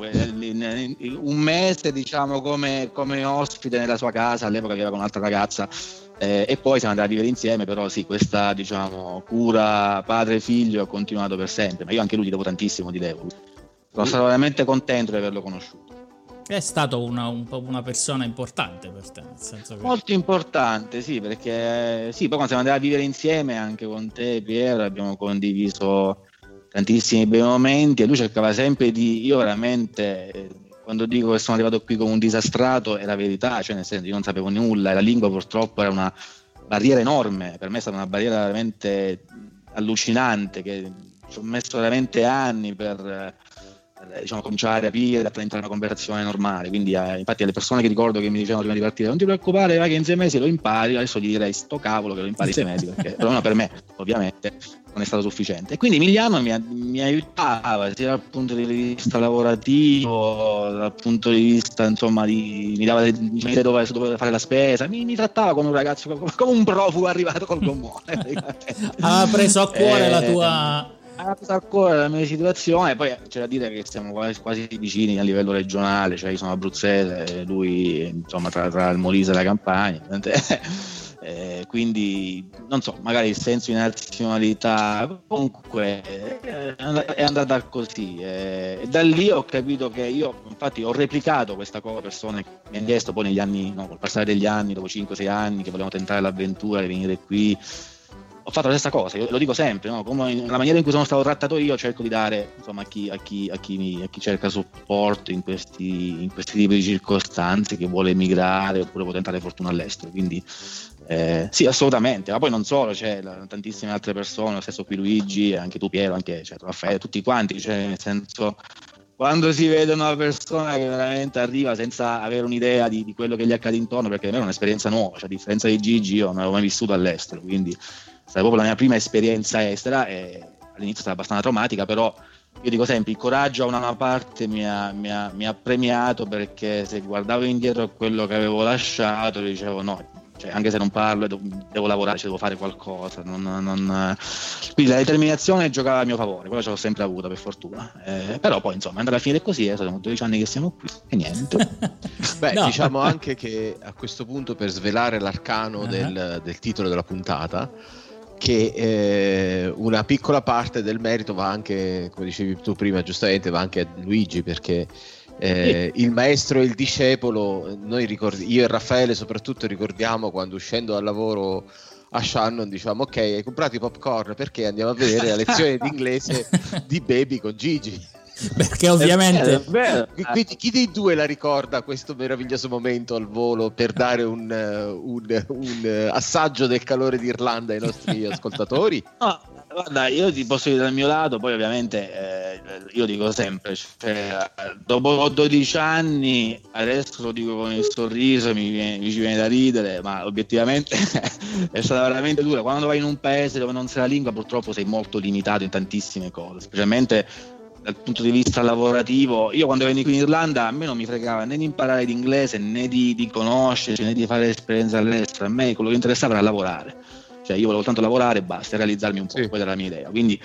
un mese diciamo come, come ospite nella sua casa, all'epoca viveva con un'altra ragazza, eh, e poi siamo andati a vivere insieme, però sì, questa diciamo cura padre e figlio ha continuato per sempre, ma io anche lui gli devo tantissimo, di devo. Sono stato veramente contento di averlo conosciuto.
È stato una, un una persona importante per te, nel senso che...
Molto importante, sì, perché sì, poi quando siamo andati a vivere insieme anche con te, Piero, abbiamo condiviso tantissimi bei momenti e lui cercava sempre di... Io veramente, quando dico che sono arrivato qui come un disastrato, è la verità, cioè nel senso io non sapevo nulla e la lingua purtroppo era una barriera enorme, per me è stata una barriera veramente allucinante, che ci ho messo veramente anni per... diciamo cominciare a capire, a entrare in una conversazione normale, quindi eh, infatti alle persone che ricordo che mi dicevano prima di partire non ti preoccupare, vai che in sei mesi lo impari, adesso gli direi sto cavolo che lo impari in sei mesi, perché però per me ovviamente non è stato sufficiente. E quindi Emiliano mi, mi aiutava sia dal punto di vista lavorativo, dal punto di vista insomma di, mi dava dove, dove, dove fare la spesa, mi, mi trattava come un ragazzo, come, come un profugo arrivato col gommone.
Ha preso a cuore eh, la tua...
ha preso a cuore la mia situazione, poi c'è da dire che siamo quasi, quasi vicini a livello regionale, cioè io sono abruzzese, lui insomma tra, tra il Molise e la Campania, eh, quindi non so, magari il senso di nazionalità comunque eh, è andata così, eh, e da lì ho capito che io infatti ho replicato questa cosa, persone che mi hanno chiesto poi negli anni, no, col passare degli anni, dopo cinque sei anni che volevano tentare l'avventura di venire qui. Ho fatto la stessa cosa, io lo dico sempre, no? Come la maniera in cui sono stato trattato io cerco di dare insomma, a, chi, a, chi, a, chi mi, a chi cerca supporto in questi, in questi tipi di circostanze, che vuole emigrare oppure vuole tentare fortuna all'estero, quindi eh, sì, assolutamente, ma poi non solo, c'è la, tantissime altre persone, lo stesso qui Luigi, anche tu Piero, anche cioè, Raffaele, tutti quanti, cioè nel senso quando si vede una persona che veramente arriva senza avere un'idea di, di quello che gli accade intorno, perché per me è un'esperienza nuova, cioè a differenza di Gigi io non avevo mai vissuto all'estero, quindi è stata proprio la mia prima esperienza estera e all'inizio è stata abbastanza traumatica, però io dico sempre il coraggio a una parte mi ha, mi ha, mi ha premiato, perché se guardavo indietro a quello che avevo lasciato dicevo no, cioè, anche se non parlo devo, devo lavorare, cioè, devo fare qualcosa, non, non... quindi la determinazione giocava a mio favore, quello ce l'ho sempre avuta per fortuna, eh, però poi insomma è andata a finire così, eh, sono dodici anni che siamo qui e niente.
Beh,
no.
diciamo anche che a questo punto, per svelare l'arcano uh-huh. del, del titolo della puntata, che eh, una piccola parte del merito va anche, come dicevi tu prima giustamente, va anche a Luigi, perché eh, il maestro e il discepolo, noi ricordi, io e Raffaele soprattutto ricordiamo quando uscendo dal lavoro a Shannon diciamo ok, hai comprato i popcorn perché andiamo a vedere la lezione di inglese di Baby con Gigi.
Perché ovviamente
quindi chi dei due la ricorda questo meraviglioso momento al volo, per dare un, un, un assaggio del calore d'Irlanda ai nostri ascoltatori?
No, guarda, io ti posso dire dal mio lato, poi ovviamente eh, io dico sempre, cioè, dopo dodici anni, adesso lo dico con il sorriso, mi, viene, mi ci viene da ridere, ma obiettivamente è stata veramente dura. Quando vai in un paese dove non sai la lingua, purtroppo sei molto limitato in tantissime cose, specialmente dal punto di vista lavorativo. Io quando venni qui in Irlanda a me non mi fregava né di imparare l'inglese né di, di conoscerci né di fare esperienza all'estero, a me quello che interessava era lavorare, cioè io volevo tanto lavorare e basta, realizzarmi un po', sì. Quella era la mia idea, quindi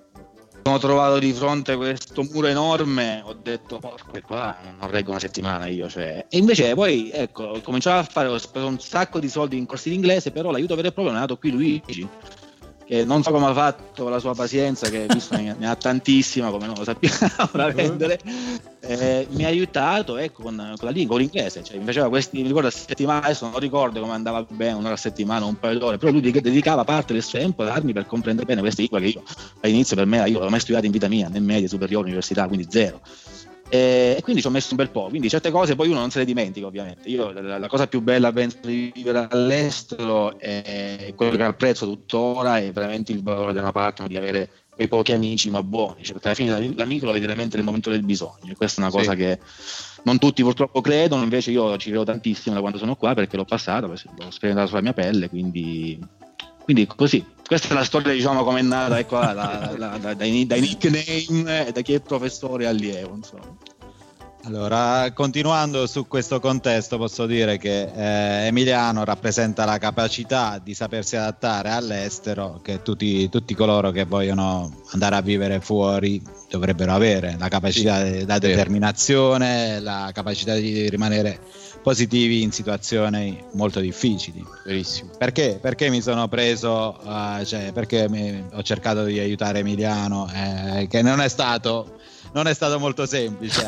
sono trovato di fronte a questo muro enorme, ho detto porco, qua non reggo una settimana io, cioè. E invece poi ecco ho cominciato a fare, ho speso un sacco di soldi in corsi di inglese, però l'aiuto vero e proprio è nato qui Luigi, che non so come ha fatto con la sua pazienza, che visto ne, ne ha tantissima, come non lo sappiamo da vendere, eh, mi ha aiutato, ecco, con, con la lingua, con l'inglese, cioè mi faceva questi, mi ricordo a settimana, adesso non ricordo come andava bene, un'ora a settimana, un paio d'ore, però lui dedicava parte del suo tempo a darmi per comprendere bene questa lingua che io all'inizio per me io non l'ho mai studiata in vita mia, né media, superiore, università, quindi zero. E quindi ci ho messo un bel po', quindi certe cose poi uno non se le dimentica, ovviamente. Io la, la cosa più bella penso di vivere all'estero è quello che apprezzo tuttora, è veramente il valore da una parte, di avere quei pochi amici ma buoni, cioè, perché alla fine l'amico lo vedi veramente nel momento del bisogno, e questa è una cosa sì. che non tutti purtroppo credono, invece io ci credo tantissimo da quando sono qua, perché l'ho passata, l'ho sperimentato sulla mia pelle, quindi quindi così, questa è la storia, diciamo, come è nata, ecco, la, la, la, la, dai, dai nickname e da chi è professore allievo, insomma.
Allora, continuando su questo contesto, posso dire che eh, Emiliano rappresenta la capacità di sapersi adattare all'estero, che tutti, tutti coloro che vogliono andare a vivere fuori dovrebbero avere, la capacità, sì, la determinazione, la capacità di rimanere positivi in situazioni molto difficili.
Verissimo.
Perché? Perché mi sono preso, uh, cioè perché mi, ho cercato di aiutare Emiliano, eh, che non è stato non è stato molto semplice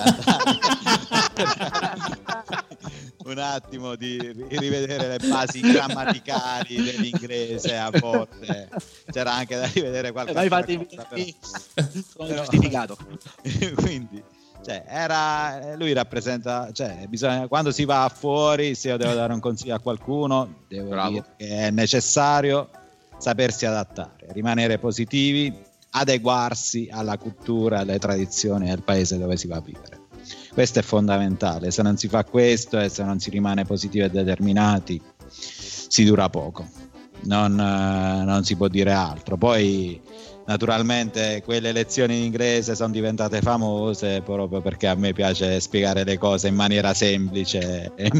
un attimo di rivedere le basi grammaticali dell'inglese, a volte c'era anche da rivedere qualcosa,
sono giustificato.
Quindi cioè, era, lui rappresenta, cioè, bisogna, quando si va fuori, se io devo dare un consiglio a qualcuno, devo Bravo. dire che è necessario sapersi adattare, rimanere positivi, adeguarsi alla cultura, alle tradizioni del paese dove si va a vivere. Questo è fondamentale. Se non si fa questo e se non si rimane positivi e determinati, si dura poco. Non, eh, non si può dire altro. Poi naturalmente quelle lezioni in inglese sono diventate famose proprio perché a me piace spiegare le cose in maniera semplice e,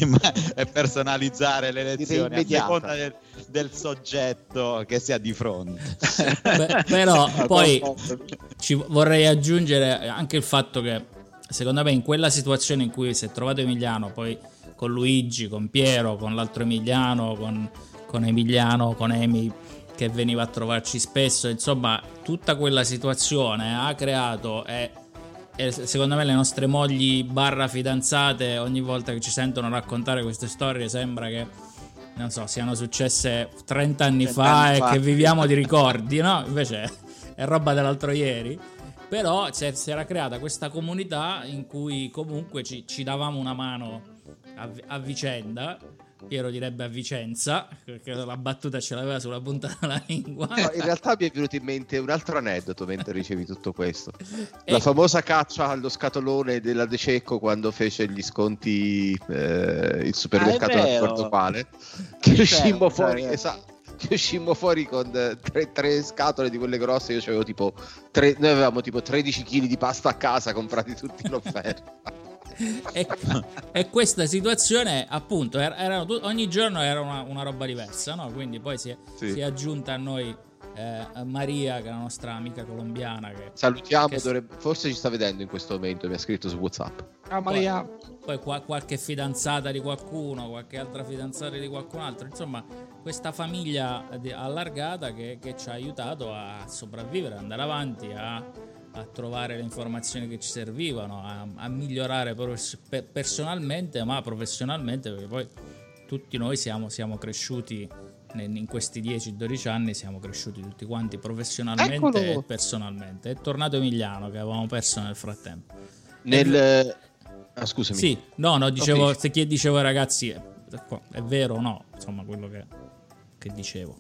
e personalizzare le lezioni a seconda del, del soggetto che si ha di fronte.
Beh, però poi ci vorrei aggiungere anche il fatto che secondo me in quella situazione in cui si è trovato Emiliano, poi con Luigi, con Piero, con l'altro Emiliano, con, con Emiliano, con Emi che veniva a trovarci spesso, insomma tutta quella situazione ha creato e, e secondo me le nostre mogli barra fidanzate ogni volta che ci sentono raccontare queste storie sembra che non so siano successe trenta anni fa e che viviamo di ricordi, no? Invece è roba dell'altro ieri. Però si era creata questa comunità in cui comunque ci, ci davamo una mano a, a vicenda. Piero direbbe a Vicenza, perché la battuta ce l'aveva sulla punta della lingua.
No, in realtà mi è venuto in mente un altro aneddoto mentre ricevi tutto questo. La e... famosa caccia allo scatolone della De Cecco quando fece gli sconti eh, il supermercato
ah,
non ricordo quale, che uscimmo fuori, esatto, che uscimmo fuori con tre, tre scatole di quelle grosse. Io avevo tipo tre, noi avevamo tipo tredici chili di pasta a casa comprati tutti in offerta.
E, e questa situazione appunto era, era, ogni giorno era una, una roba diversa, no? Quindi poi si è, sì. si è aggiunta a noi eh, Maria, che è la nostra amica colombiana che,
salutiamo,
che
dovrebbe, forse ci sta vedendo in questo momento, mi ha scritto su WhatsApp.
Ciao Maria. Poi, poi qua, qualche fidanzata di qualcuno, qualche altra fidanzata di qualcun altro, insomma questa famiglia allargata che, che ci ha aiutato a sopravvivere, ad andare avanti, a a trovare le informazioni che ci servivano, a, a migliorare per, personalmente ma professionalmente, perché poi tutti noi siamo, siamo cresciuti in, in questi dieci dodici anni, siamo cresciuti tutti quanti professionalmente Eccolo. e personalmente. È tornato Emiliano che avevamo perso nel frattempo.
Nel...
E...
Ah, scusami.
Sì, no, no, dicevo, se chi dicevo ai ragazzi è, è vero o no, insomma quello che, che dicevo.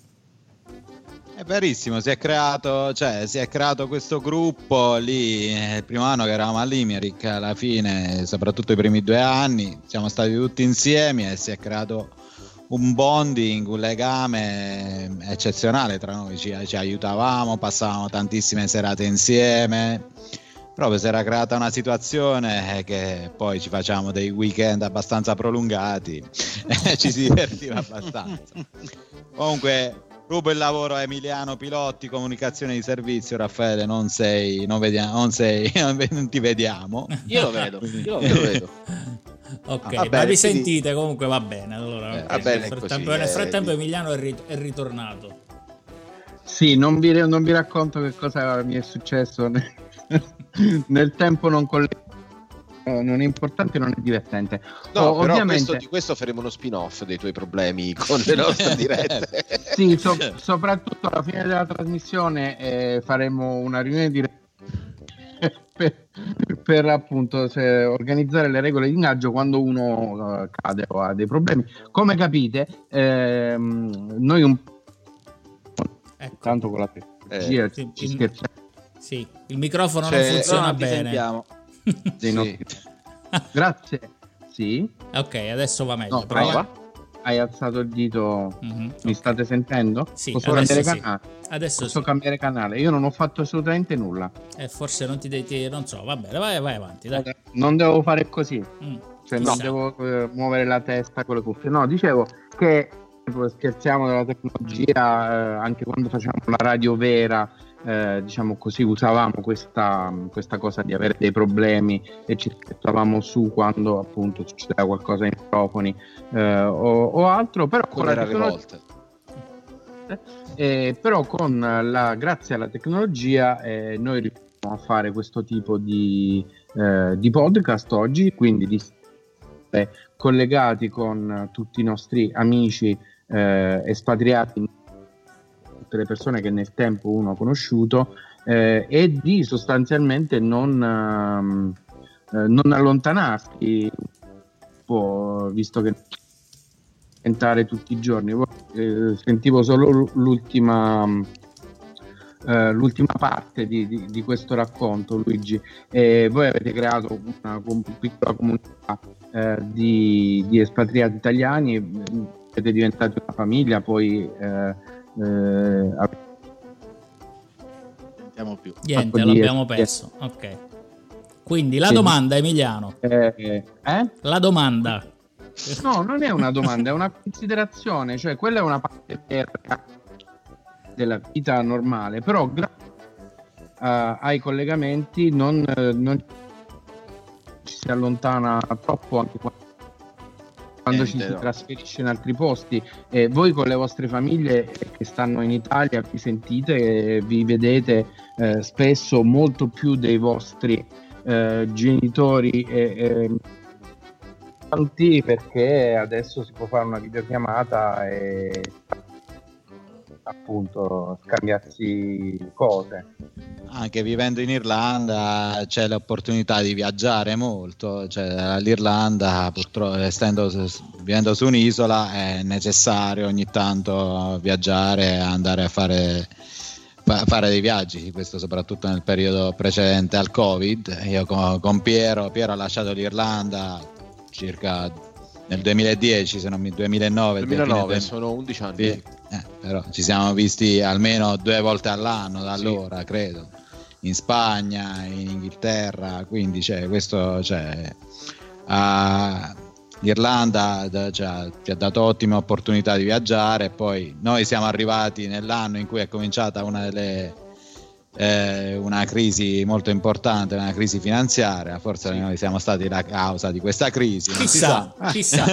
È verissimo, si è creato, cioè si è creato questo gruppo lì, il primo anno che eravamo a Limerick, alla fine, soprattutto i primi due anni, siamo stati tutti insieme e si è creato un bonding, un legame eccezionale tra noi, ci, ci aiutavamo, passavamo tantissime serate insieme, proprio si era creata una situazione che poi ci facciamo dei weekend abbastanza prolungati e ci si divertiva abbastanza. Comunque rubo il lavoro a Emiliano Pilotti, comunicazione di servizio. Raffaele, non sei, non vediamo, non sei, non ti vediamo.
Io lo vedo, io lo vedo.
Ok,
ah,
ma
bene,
vi
quindi...
sentite comunque va bene. Allora,
eh,
okay.
va bene
nel frattempo,
così,
nel frattempo
eh,
Emiliano è, rit- è ritornato.
Sì, non vi, non vi racconto che cosa mi è successo nel, nel tempo non collegato. Non è importante, non è divertente.
No,
oh,
però
ovviamente...
questo, di questo faremo uno spin-off dei tuoi problemi con le nostre dirette.
Sì, so, soprattutto alla fine della trasmissione eh, faremo una riunione di per, per appunto se, organizzare le regole di ingaggio quando uno uh, cade o ha dei problemi. Come capite, ehm, noi un
ecco.
tanto con la tecnologia
Eh,
ci,
sì,
ci scherziamo.
Sì, il microfono
Cioè,
non funziona
no, ti
bene.
sentiamo.
Dei
Sì.
nostri- Grazie. Sì.
Ok, adesso va meglio.
No,
prova.
hai, hai alzato il dito.
Mhm,
Mi
ok.
state sentendo?
Sì,
Posso
adesso
cambiare
sì.
canale?
Adesso
Posso
sì.
cambiare canale? Io non ho fatto assolutamente nulla.
Eh, forse non ti devi, non so, va bene, vai, vai avanti, dai.
Non devo fare così.
Mm.
Cioè,
Chissà.
non devo eh, muovere la testa con le cuffie. No, dicevo che tipo, scherziamo della tecnologia, eh, anche quando facciamo la radio vera, eh, diciamo così, usavamo questa, questa cosa di avere dei problemi e ci scherzavamo su quando appunto succedeva qualcosa ai microfoni eh, o, o altro, però con
Con
la
le
tecnologia,
volte.
eh, però con la, grazie alla tecnologia eh, noi riusciamo a fare questo tipo di, eh, di podcast oggi, quindi di stare collegati con tutti i nostri amici eh, espatriati, tutte le persone che nel tempo uno ha conosciuto eh, e di sostanzialmente non, ehm, eh, non allontanarsi un po', visto che diventare tutti i giorni. Eh, sentivo solo l'ultima eh, l'ultima parte di, di, di questo racconto, Luigi, e voi avete creato una, una piccola comunità eh, di, di espatriati italiani, siete diventati una famiglia, poi eh, eh,
Sentiamo più.
Niente,
Ecco di-
l'abbiamo perso. Ok. Quindi la
Sì.
domanda, Emiliano.
eh, eh?
La domanda.
No, non è una domanda, è una considerazione, cioè quella è una parte vera della vita normale, però grazie uh, ai collegamenti non, uh, non ci si allontana troppo anche quando, quando
Niente,
ci si
no.
trasferisce in altri posti. E voi con le vostre famiglie che stanno in Italia vi sentite e vi vedete eh, spesso molto più dei vostri eh, genitori e, e tanti, perché adesso si può fare una videochiamata e appunto scambiarsi cose.
Anche vivendo in Irlanda c'è l'opportunità di viaggiare molto, cioè l'Irlanda purtroppo essendo vivendo su un'isola è necessario ogni tanto viaggiare, andare a fare fare dei viaggi, questo soprattutto nel periodo precedente al Covid. Io con, con Piero Piero ha lasciato l'Irlanda circa nel duemiladieci, se non mi duemilanove,
duemilanove, sono undici anni.
sì, eh, però ci siamo visti almeno due volte all'anno da allora, sì. Credo, in Spagna, in Inghilterra, quindi cioè, questo cioè, uh, l'Irlanda cioè, ci ha dato ottime opportunità di viaggiare. Poi noi siamo arrivati nell'anno in cui è cominciata una delle Eh, una crisi molto importante, una crisi finanziaria, forse sì. Noi siamo stati la causa di questa crisi,
chissà, chissà.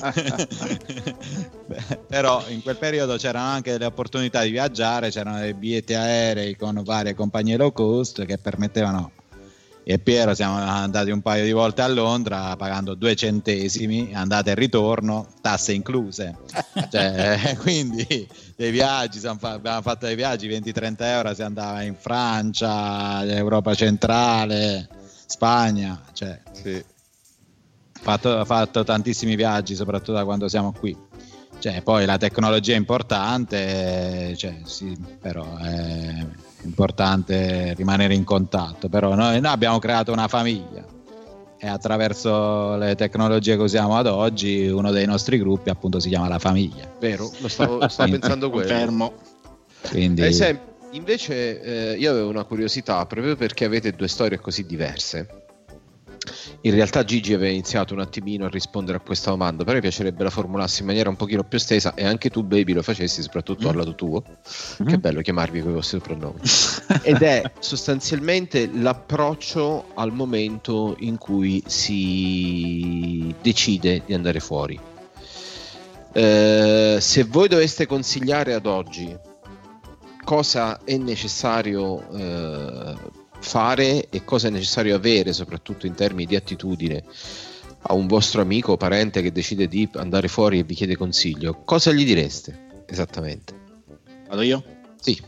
Beh, però in quel periodo c'erano anche delle opportunità di viaggiare, c'erano dei biglietti aerei con varie compagnie low cost che permettevano. E Piero siamo andati un paio di volte a Londra pagando due centesimi andata e ritorno, tasse incluse, cioè, quindi dei viaggi, abbiamo fatto dei viaggi venti trenta euro, si andava in Francia, Europa centrale, Spagna, cioè
sì.
fatto, fatto tantissimi viaggi soprattutto da quando siamo qui. Cioè, poi la tecnologia è importante, cioè, sì, però è importante rimanere in contatto. Però noi, noi abbiamo creato una famiglia e attraverso le tecnologie che usiamo ad oggi uno dei nostri gruppi appunto si chiama La Famiglia.
Vero, lo stavo, stavo pensando quello.
Confermo.
Quindi...
Esempio, invece eh, io avevo una curiosità, proprio perché avete due storie così diverse. In realtà Gigi aveva iniziato un attimino a rispondere a questa domanda, però mi piacerebbe la formulassi in maniera un pochino più estesa e anche tu, Baby, lo facessi soprattutto mm. al lato tuo. Mm. Che bello chiamarvi con i vostri pronomi. Ed è sostanzialmente l'approccio al momento in cui si decide di andare fuori. Eh, se voi doveste consigliare ad oggi cosa è necessario eh, fare e cosa è necessario avere, soprattutto in termini di attitudine, a un vostro amico o parente che decide di andare fuori e vi chiede consiglio, cosa gli direste esattamente?
Vado io?
Sì.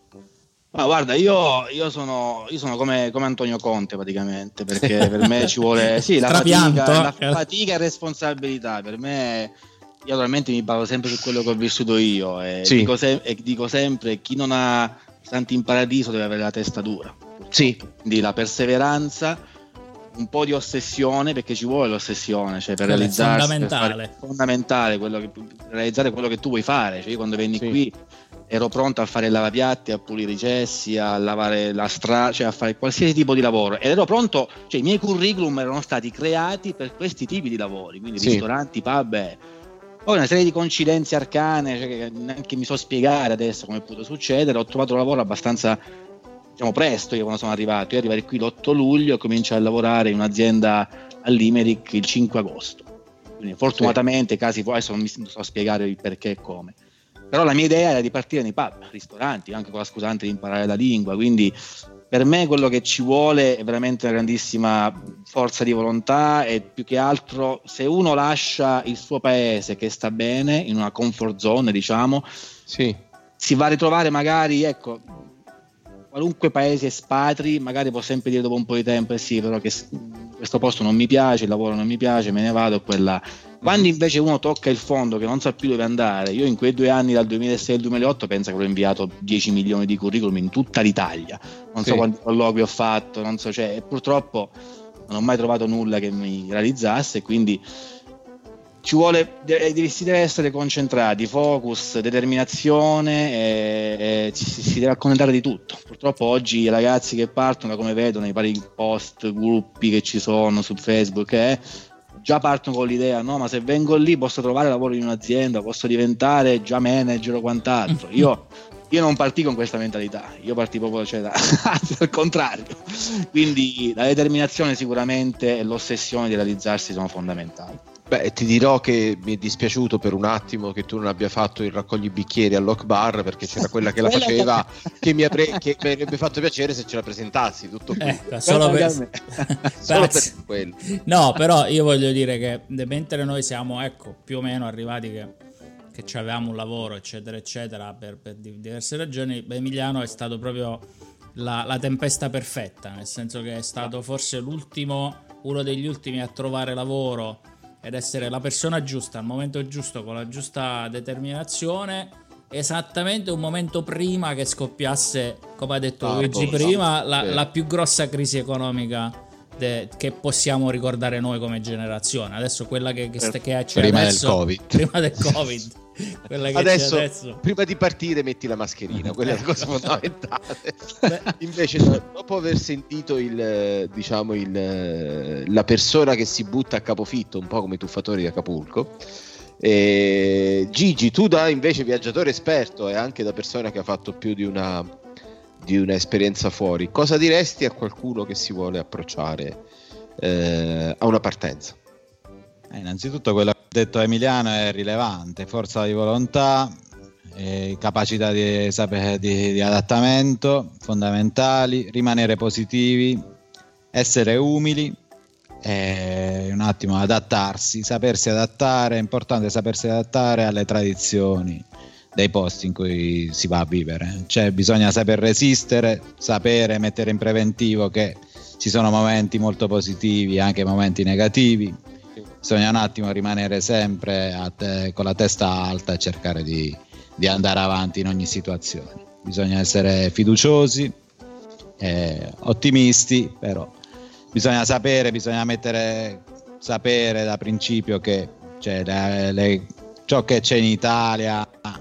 Ma guarda, io, io sono, io sono come, come Antonio Conte praticamente, perché per me ci vuole sì, la, fatica, la fatica e responsabilità. Per me, io naturalmente mi baso sempre su quello che ho vissuto io e, sì. dico, se, e dico sempre, chi non ha santi in paradiso deve avere la testa dura.
Sì.
Quindi la perseveranza, un po' di ossessione, perché ci vuole l'ossessione, cioè per realizzare
fondamentale.
fondamentale quello che, per realizzare quello che tu vuoi fare. Cioè io quando venni
sì.
qui ero pronto a fare il lavapiatti, a pulire i cessi, a lavare la strada, cioè a fare qualsiasi tipo di lavoro, ed ero pronto, cioè i miei curriculum erano stati creati per questi tipi di lavori, quindi sì. ristoranti, pub, eh. Poi una serie di coincidenze arcane, cioè che neanche mi so spiegare adesso come è potuto succedere. Ho trovato un lavoro abbastanza, diciamo, presto io quando sono arrivato. Io arrivai qui l'otto luglio e cominciai a lavorare in un'azienda all'Imeric il cinque agosto. Quindi fortunatamente sì. casi, adesso non mi so spiegare il perché e come. Però la mia idea era di partire nei pub, ristoranti, anche con la scusante di imparare la lingua, quindi per me quello che ci vuole è veramente una grandissima forza di volontà, e più che altro se uno lascia il suo paese che sta bene, in una comfort zone diciamo,
sì.
si va a ritrovare magari, ecco, qualunque paese espatri, magari può sempre dire dopo un po' di tempo eh sì, però che questo posto non mi piace, il lavoro non mi piace, me ne vado, quella. Quando invece uno tocca il fondo che non sa più dove andare, io in quei due anni dal duemilasei al duemilaotto penso che ho inviato dieci milioni di curriculum in tutta l'Italia, non sì. so quanti colloqui ho fatto, non so, cioè, e purtroppo non ho mai trovato nulla che mi realizzasse, quindi ci vuole, deve, si deve essere concentrati, focus, determinazione, e, e ci, si deve accontentare di tutto. Purtroppo oggi i ragazzi che partono, come vedo nei vari post, gruppi che ci sono su Facebook, eh, già partono con l'idea, no, ma se vengo lì posso trovare lavoro in un'azienda, posso diventare già manager o quant'altro. Io, io non partì con questa mentalità, io partì proprio, cioè, da, al contrario. Quindi la determinazione sicuramente e l'ossessione di realizzarsi sono fondamentali.
Beh, ti dirò che mi è dispiaciuto per un attimo che tu non abbia fatto il raccogli bicchieri al Lock Bar, perché c'era quella che la faceva che mi, apre- che mi avrebbe fatto piacere se ce la presentassi, tutto qui.
Eh, solo per...
solo per quello.
No, però io voglio dire che mentre noi siamo, ecco, più o meno arrivati che, che avevamo un lavoro, eccetera, eccetera, per, per diverse ragioni, Emiliano è stato proprio la, la tempesta perfetta, nel senso che è stato forse l'ultimo, uno degli ultimi a trovare lavoro ed essere la persona giusta al momento giusto, con la giusta determinazione, esattamente un momento prima che scoppiasse, come ha detto ah, Luigi prima, la, la più grossa crisi economica de, che possiamo ricordare noi come generazione. Adesso quella che, che, sta, che c'è
prima
adesso,
del Covid.
Prima del Covid. Quella che
adesso,
c'è adesso,
prima di partire metti la mascherina, quella è la cosa fondamentale. Invece dopo aver sentito il, diciamo il, la persona che si butta a capofitto, un po' come i tuffatori di Acapulco, e Gigi, tu da invece viaggiatore esperto e anche da persona che ha fatto più di una di una esperienza fuori, cosa diresti a qualcuno che si vuole approcciare eh, a una partenza?
Eh, innanzitutto quello che ha detto Emiliano è rilevante: forza di volontà, eh, capacità di, sapere, di, di adattamento fondamentali, rimanere positivi, essere umili, eh, un attimo adattarsi, sapersi adattare. È importante sapersi adattare alle tradizioni dei posti in cui si va a vivere, cioè bisogna saper resistere, sapere mettere in preventivo che ci sono momenti molto positivi, anche momenti negativi. Bisogna un attimo rimanere sempre a te, con la testa alta e cercare di, di andare avanti in ogni situazione. Bisogna essere fiduciosi, eh, ottimisti, però bisogna sapere, bisogna mettere sapere da principio che cioè, le, le, ciò che c'è in Italia,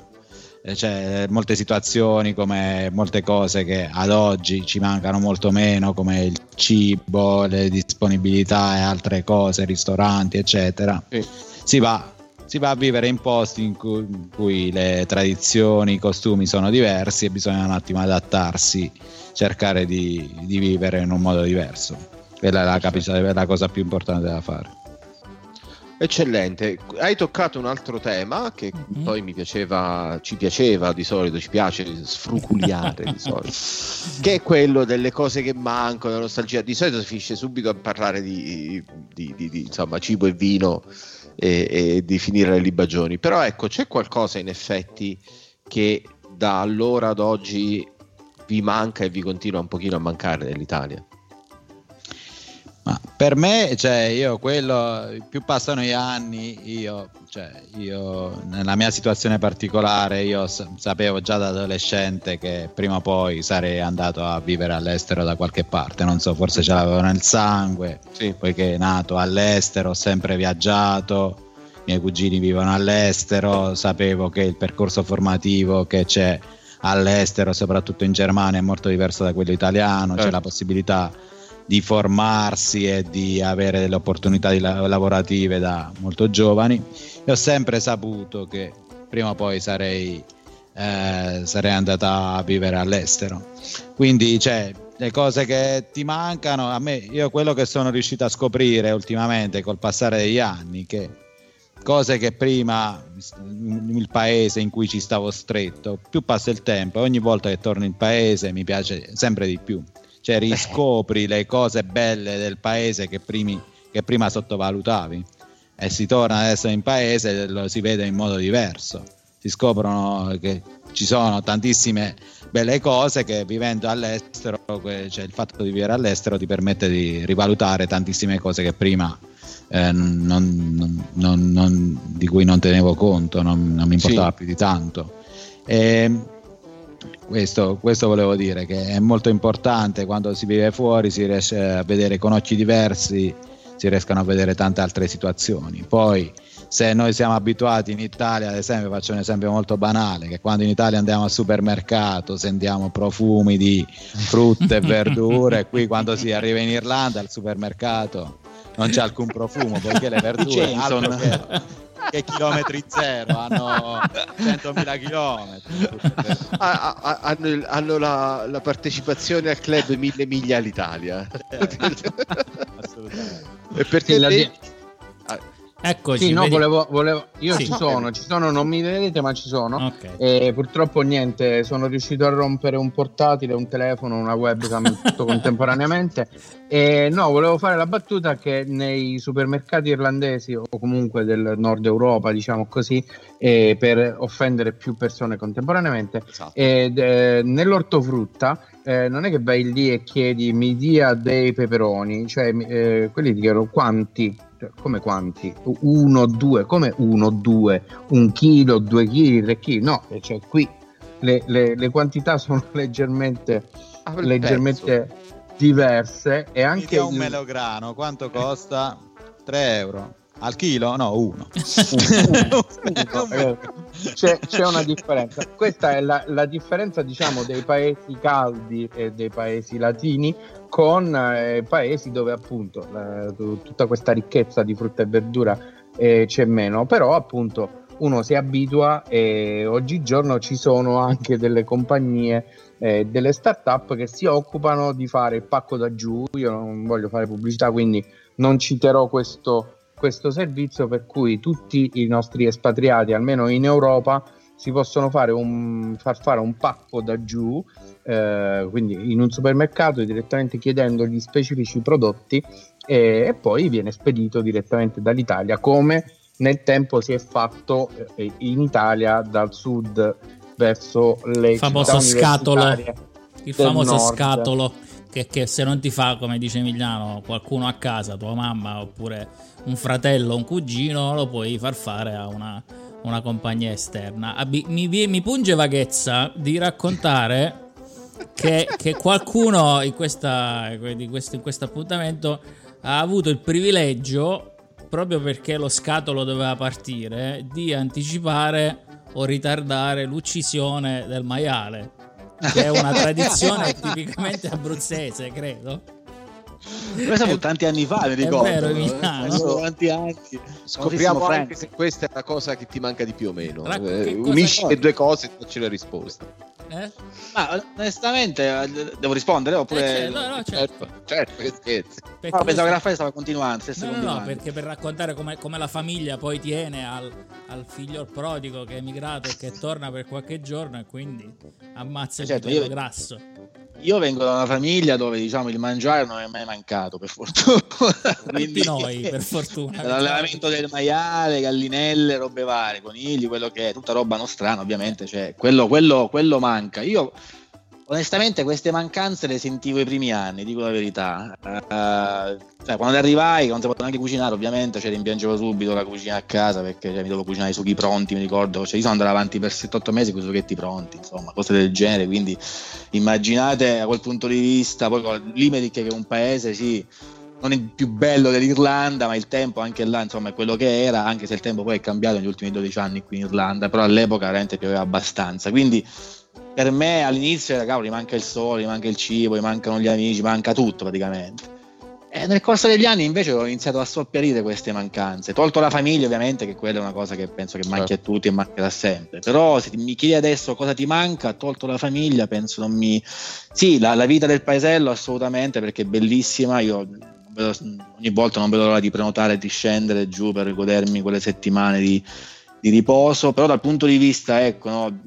c'è molte situazioni, come molte cose che ad oggi ci mancano molto meno, come il cibo, le disponibilità e altre cose, ristoranti eccetera. Sì. Si va, si va a vivere in posti in cui, in cui le tradizioni, i costumi sono diversi e bisogna un attimo adattarsi, cercare di, di vivere in un modo diverso. Quella è la, capi- è la cosa più importante da fare.
Eccellente, hai toccato un altro tema che mm-hmm. poi mi piaceva, ci piaceva di solito, ci piace sfruculiare di solito, che è quello delle cose che mancano, la nostalgia. Di solito si finisce subito a parlare di, di, di, di insomma cibo e vino e, e di finire le libagioni, però ecco, c'è qualcosa in effetti che da allora ad oggi vi manca e vi continua un pochino a mancare nell'Italia?
Ma per me, cioè, io quello, più passano gli anni, io, cioè, io nella mia situazione particolare, io sapevo già da adolescente che prima o poi sarei andato a vivere all'estero da qualche parte, non so, forse ce l'avevo nel sangue, sì. Poiché nato all'estero, ho sempre viaggiato, i miei cugini vivono all'estero, sapevo che il percorso formativo che c'è all'estero, soprattutto in Germania, è molto diverso da quello italiano, certo. C'è la possibilità di formarsi e di avere delle opportunità di la- lavorative da molto giovani. E ho sempre saputo che prima o poi sarei, eh, sarei andata a vivere all'estero. Quindi, cioè, le cose che ti mancano, a me, io quello che sono riuscito a scoprire ultimamente col passare degli anni, che cose che prima il paese in cui ci stavo stretto, più passa il tempo, ogni volta che torno in paese mi piace sempre di più. Cioè riscopri le cose belle del paese che, primi, che prima sottovalutavi, e si torna adesso in paese e lo si vede in modo diverso, si scoprono che ci sono tantissime belle cose che vivendo all'estero, cioè il fatto di vivere all'estero ti permette di rivalutare tantissime cose che prima eh, non, non, non, di cui non tenevo conto, non, non mi importava sì. più di tanto. E, Questo, questo volevo dire, che è molto importante quando si vive fuori, si riesce a vedere con occhi diversi, si riescono a vedere tante altre situazioni. Poi se noi siamo abituati in Italia, ad esempio, faccio un esempio molto banale, che quando in Italia andiamo al supermercato sentiamo profumi di frutta e verdure, qui quando si arriva in Irlanda al supermercato non c'è alcun profumo, perché le verdure altro che che chilometri zero, hanno centomila chilometri,
ah, ah, hanno, hanno la, la partecipazione al club mille miglia all'Italia.
Assolutamente.
E perché
sì, la
te...
di...
Eccoci,
sì, no,
vedi...
volevo, volevo... io
sì.
ci sono, ci sono, non mi vedete ma ci sono.
Okay.
E purtroppo niente, sono riuscito a rompere un portatile, un telefono, una webcam tutto contemporaneamente. E no, volevo fare la battuta che nei supermercati irlandesi o comunque del nord Europa, diciamo così, eh, per offendere più persone contemporaneamente, esatto. ed, eh, nell'ortofrutta eh, non è che vai lì e chiedi mi dia dei peperoni, cioè eh, quelli ti chiedono quanti. Come quanti? Uno, due, come uno, due, un chilo, due chili, tre chili? No, cioè qui le, le, le quantità sono leggermente,
ah,
leggermente diverse. E anche
il... un melograno quanto costa? tre euro al chilo? No, uno.
uno. C'è, c'è una differenza. Questa è la, la differenza, diciamo, dei paesi caldi e dei paesi latini con eh, paesi dove appunto la, tutta questa ricchezza di frutta e verdura eh, c'è meno, però appunto uno si abitua e oggigiorno ci sono anche delle compagnie, eh, delle start-up che si occupano di fare il pacco da giù. Io non voglio fare pubblicità, quindi non citerò questo questo servizio, per cui tutti i nostri espatriati, almeno in Europa, si possono fare un, far fare un pacco da giù, eh, quindi in un supermercato direttamente chiedendo gli specifici prodotti e, e poi viene spedito direttamente dall'Italia, come nel tempo si è fatto eh, in Italia dal sud verso le
il famoso scatolo, il famoso
nord.
scatolo che, che se non ti fa, come dice Emiliano, qualcuno a casa, tua mamma oppure un fratello o un cugino, lo puoi far fare a una, una compagnia esterna. Mi, mi, mi punge vaghezza di raccontare che, che qualcuno in, questa, di questo, in questo appuntamento ha avuto il privilegio, proprio perché lo scatolo doveva partire, di anticipare o ritardare l'uccisione del maiale, che è una tradizione tipicamente abruzzese, credo.
Noi siamo tanti anni fa, mi ricordo.
È vero, Emiliano.
Sono tanti anni.
Scopriamo anche se questa è la cosa che ti manca di più o meno.
Rac-
eh, unisci le due cose e dacci la risposta.
Eh?
Ma onestamente devo rispondere oppure
eh, no, no, certo.
certo che scherzi.
No, pensavo che Raffaele stava continuando, stesse
no, no,
continuando.
no, perché per raccontare come, come la famiglia poi tiene al, al figlio prodigo che è emigrato e che torna per qualche giorno e quindi ammazza il
certo,
vitello
io...
grasso.
Io vengo da una famiglia dove diciamo il mangiare non è mai mancato, per fortuna. Quindi,
tutti noi, per fortuna.
L'allevamento del maiale, gallinelle, robe varie, conigli, quello che è, tutta roba nostrana ovviamente, cioè, quello, quello, quello manca. Io onestamente queste mancanze le sentivo i primi anni, dico la verità. Uh, cioè, quando arrivai, non sapevo neanche cucinare ovviamente, cioè rimpiangevo subito la cucina a casa perché cioè, mi dovevo cucinare i sughi pronti, mi ricordo, cioè, io sono andato avanti per sette otto mesi con i sughetti pronti, insomma, cose del genere, quindi immaginate a quel punto di vista, poi con Limerick che è un paese, sì, non il più bello dell'Irlanda, ma il tempo anche là, insomma, è quello che era, anche se il tempo poi è cambiato negli ultimi dodici anni qui in Irlanda, però all'epoca veramente pioveva abbastanza, quindi per me all'inizio era cavolo, gli manca il sole, gli manca il cibo, gli mancano gli amici, manca tutto praticamente. E nel corso degli anni invece ho iniziato a sopperire queste mancanze, tolto la famiglia ovviamente, che quella è una cosa che penso che manchi a tutti e mancherà sempre, però se mi chiedi adesso cosa ti manca, tolto la famiglia, penso non mi... Sì, la, la vita del paesello assolutamente, perché è bellissima, io vedo, ogni volta non vedo l'ora di prenotare e di scendere giù per godermi quelle settimane di, di riposo, però dal punto di vista, ecco, no,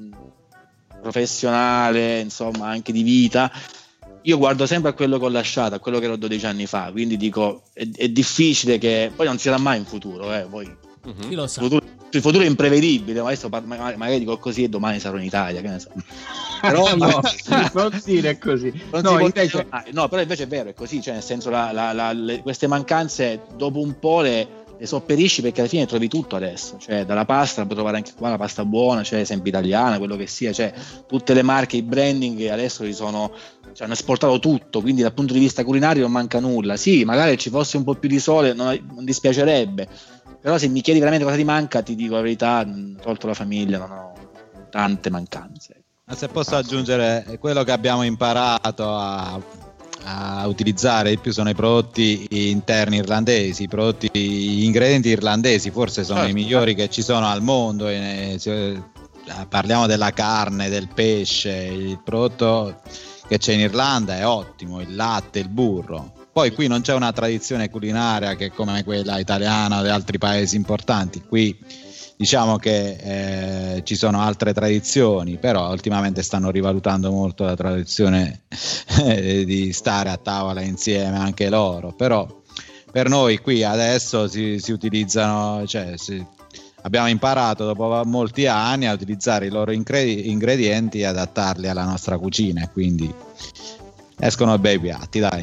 professionale, insomma anche di vita, io guardo sempre a quello che ho lasciato, a quello che ero dodici anni fa, quindi dico è, è difficile che poi non si sarà mai in futuro, eh, poi
uh-huh. Chi lo sa?
Il futuro, il futuro è imprevedibile, ma adesso magari, magari dico così e domani sarò in Italia, che ne so. Però
no, non dire così.
Non
no,
si
invece...
no, però invece è vero, è così, cioè nel senso la, la, la, le, queste mancanze dopo un po' le le sopperisci, perché alla fine trovi tutto adesso, cioè dalla pasta puoi trovare anche qua la pasta buona, cioè sempre italiana, quello che sia, cioè tutte le marche, i branding adesso li sono, cioè, hanno esportato tutto, quindi dal punto di vista culinario non manca nulla. Sì, magari ci fosse un po' più di sole non, non dispiacerebbe, però se mi chiedi veramente cosa ti manca, ti dico la verità, tolto la famiglia non ho tante mancanze.
Ma se posso aggiungere, quello che abbiamo imparato a a utilizzare di più sono i prodotti interni irlandesi, i prodotti, gli ingredienti irlandesi forse sono certo. i migliori che ci sono al mondo, e, se, parliamo della carne, del pesce, il prodotto che c'è in Irlanda è ottimo, il latte, il burro. Poi qui non c'è una tradizione culinaria che è come quella italiana o di altri paesi importanti, qui diciamo che eh, ci sono altre tradizioni, però ultimamente stanno rivalutando molto la tradizione eh, di stare a tavola insieme anche loro, però per noi qui adesso si, si utilizzano, cioè si, abbiamo imparato dopo molti anni a utilizzare i loro ingredi- ingredienti e adattarli alla nostra cucina, e quindi escono bei piatti, dai.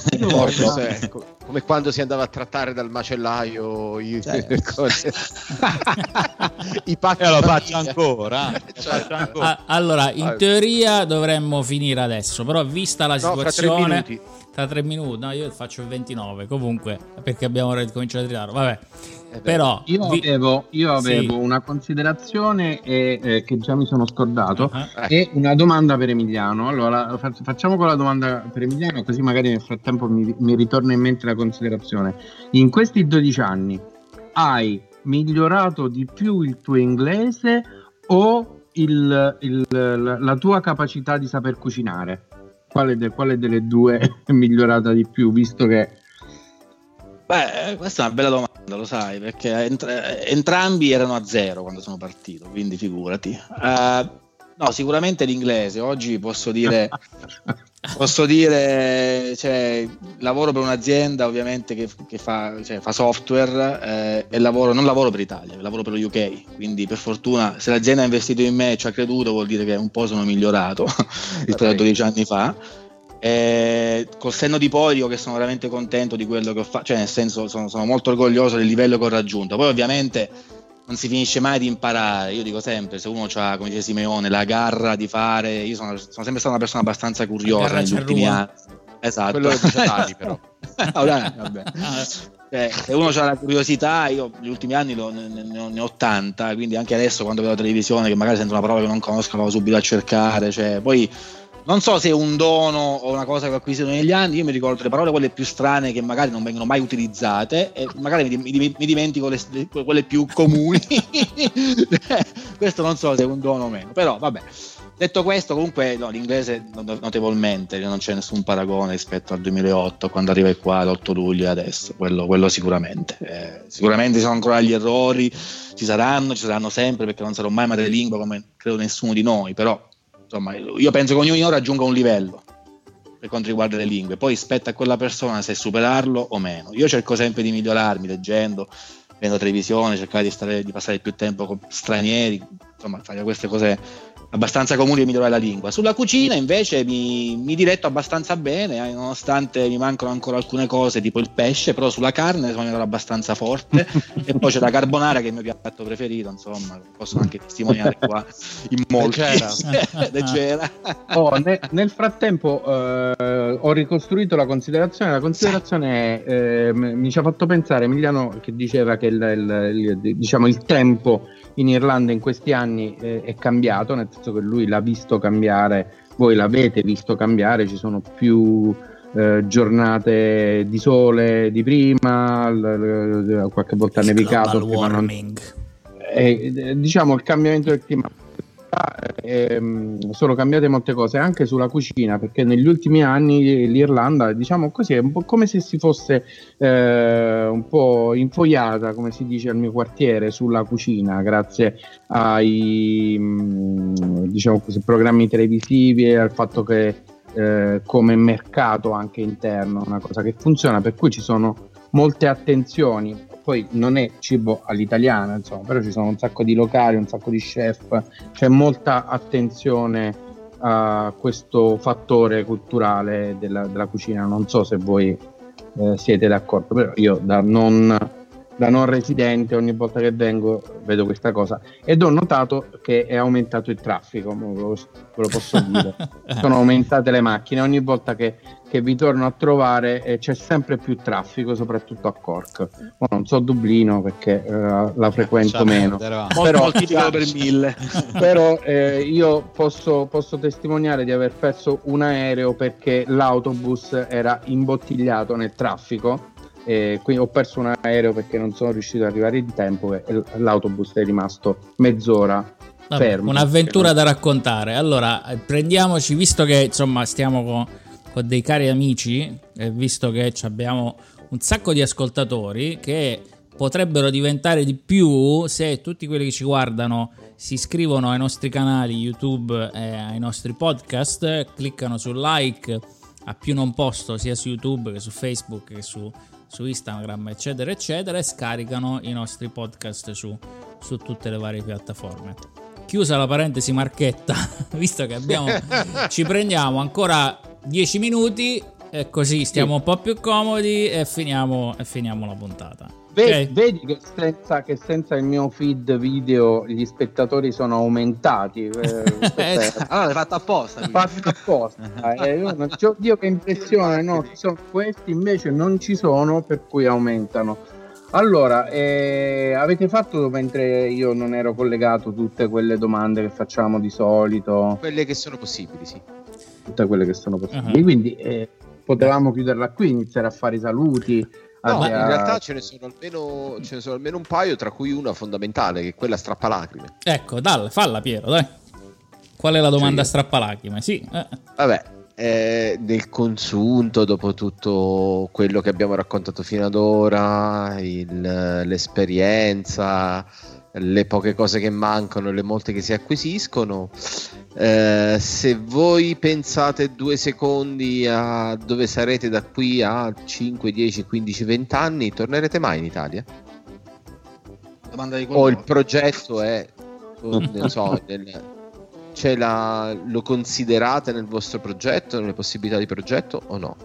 Ecco, come quando si andava a trattare dal macellaio i,
certo.
cose. I pacchi.
E lo faccio ancora, eh.
Cioè,
faccio ancora.
Ah, allora in teoria dovremmo finire adesso, però vista la
no,
situazione
tra tre minuti
tra tre minuti, no, io faccio il ventinove comunque perché abbiamo cominciato a ritardo, vabbè. Però
io
vi...
avevo, io avevo
sì.
una considerazione e, eh, che già mi sono scordato
uh-huh.
e una domanda per Emiliano. Allora facciamo con la domanda per Emiliano, così magari nel frattempo mi, mi ritorna in mente la considerazione. In questi dodici anni hai migliorato di più il tuo inglese o il, il, la, la tua capacità di saper cucinare? Quale, de, quale delle due è migliorata di più, visto che...
Beh, questa è una bella domanda, lo sai, perché entra- entrambi erano a zero quando sono partito, quindi figurati. Uh, no, sicuramente l'inglese. Oggi posso dire, posso dire, cioè, lavoro per un'azienda ovviamente che, che fa, cioè, fa software eh, e lavoro, non lavoro per Italia, lavoro per lo U K, quindi per fortuna se l'azienda ha investito in me e ci ha creduto vuol dire che un po' sono migliorato rispetto a dodici anni fa. Eh, col senno di poi dico che sono veramente contento di quello che ho fatto, cioè nel senso sono, sono molto orgoglioso del livello che ho raggiunto. Poi ovviamente non si finisce mai di imparare, io dico sempre, se uno ha, come dice Simeone, la garra di fare, io sono, sono sempre stata una persona abbastanza curiosa negli ultimi anni, esatto,
quello di Giovanni però
allora, vabbè. Eh, se uno ha la curiosità, io negli ultimi anni lo, ne, ne, ho, ne ho tanta, quindi anche adesso quando vedo la televisione che magari sento una parola che non conosco vado subito a cercare, cioè poi non so se è un dono o una cosa che ho acquisito negli anni, io mi ricordo le parole quelle più strane che magari non vengono mai utilizzate e magari mi, mi, mi dimentico le, quelle più comuni. Questo non so se è un dono o meno, però vabbè. Detto questo, comunque no, l'inglese notevolmente, non c'è nessun paragone rispetto al duemilaotto, quando arriva qua l'otto luglio e adesso, quello, quello sicuramente. Eh, sicuramente ci sono ancora gli errori, ci saranno, ci saranno sempre, perché non sarò mai madrelingua come credo nessuno di noi, però insomma io penso che ognuno raggiunga un livello per quanto riguarda le lingue, poi spetta a quella persona se superarlo o meno. Io cerco sempre di migliorarmi leggendo, vedendo televisione, cercare di, stare, di passare più tempo con stranieri, insomma fare queste cose abbastanza comuni di migliorare la lingua. Sulla cucina invece mi, mi diletto abbastanza bene, eh, nonostante mi mancano ancora alcune cose tipo il pesce, però sulla carne sono ancora abbastanza forte e poi c'è la carbonara che è il mio piatto preferito, insomma posso anche testimoniare qua in molti. Leggera.
Oh, ne, nel frattempo eh, ho ricostruito la considerazione, la considerazione eh, mi ci ha fatto pensare Emiliano che diceva che il, il, il, diciamo, il tempo in Irlanda in questi anni eh, è cambiato, nel senso che lui l'ha visto cambiare, voi l'avete visto cambiare, ci sono più eh, giornate di sole di prima, l- l- qualche volta ha nevicato, non... eh, diciamo il cambiamento del clima. Eh, sono cambiate molte cose anche sulla cucina, perché negli ultimi anni l'Irlanda, diciamo così, è un po' come se si fosse eh, un po' infoiata, come si dice al mio quartiere, sulla cucina, grazie ai diciamo così, programmi televisivi e al fatto che eh, come mercato anche interno, una cosa che funziona, per cui ci sono molte attenzioni. Poi non è cibo all'italiana, insomma, però ci sono un sacco di locali, un sacco di chef, c'è molta attenzione a questo fattore culturale della, della cucina. Non so se voi eh, siete d'accordo, però io da non, da non residente ogni volta che vengo vedo questa cosa ed ho notato che è aumentato il traffico, ve lo, ve lo posso dire. Sono aumentate le macchine, ogni volta che che vi torno a trovare eh, c'è sempre più traffico, soprattutto a Cork. Oh, non so Dublino perché eh, la frequento
Ciao,
meno,
però,
però,
per mille.
però eh, io posso, posso testimoniare di aver perso un aereo perché l'autobus era imbottigliato nel traffico, e quindi ho perso un aereo perché non sono riuscito ad arrivare in tempo e l'autobus è rimasto mezz'ora
Vabbè,
fermo.
Un'avventura da raccontare. Allora prendiamoci, visto che insomma stiamo con con dei cari amici, e visto che abbiamo un sacco di ascoltatori che potrebbero diventare di più se tutti quelli che ci guardano si iscrivono ai nostri canali YouTube e ai nostri podcast, cliccano sul like a più non posto sia su YouTube che su Facebook che su, su Instagram eccetera eccetera e scaricano i nostri podcast su, su tutte le varie piattaforme. Chiusa la parentesi marchetta, visto che abbiamo ci prendiamo ancora dieci minuti e così stiamo un po' più comodi e finiamo, e finiamo la puntata.
Vedi,
Okay.
vedi che, senza, che senza il mio feed video gli spettatori sono aumentati. Eh,
Allora l'hai fatto apposta.
fatto apposta. Eh, io, non, cioè, Dio che impressione, no? Ci sono, questi invece non ci sono, per cui aumentano. Allora, eh, avete fatto, mentre io non ero collegato, tutte quelle domande che facciamo di solito?
Quelle che sono possibili, sì.
Tutte quelle che sono possibili.
Uh-huh.
Quindi eh, potevamo chiuderla qui, iniziare a fare i saluti.
No,
a-
in realtà ce ne sono almeno ce ne sono almeno un paio, tra cui una fondamentale, che è quella strappalacrime.
Ecco, dai, falla Piero, dai. Qual è la domanda
Cioè,
strappalacrime? Sì. Eh.
Vabbè, eh, nel consunto, dopo tutto quello che abbiamo raccontato fino ad ora, il- l'esperienza, le poche cose che mancano, le molte che si acquisiscono, eh, se voi pensate due secondi a dove sarete da qui a cinque, dieci, quindici, venti anni, tornerete mai in Italia?
Domanda di
O il progetto è, o, non so, nel- c'è la, lo considerate nel vostro progetto, nelle possibilità di progetto o no?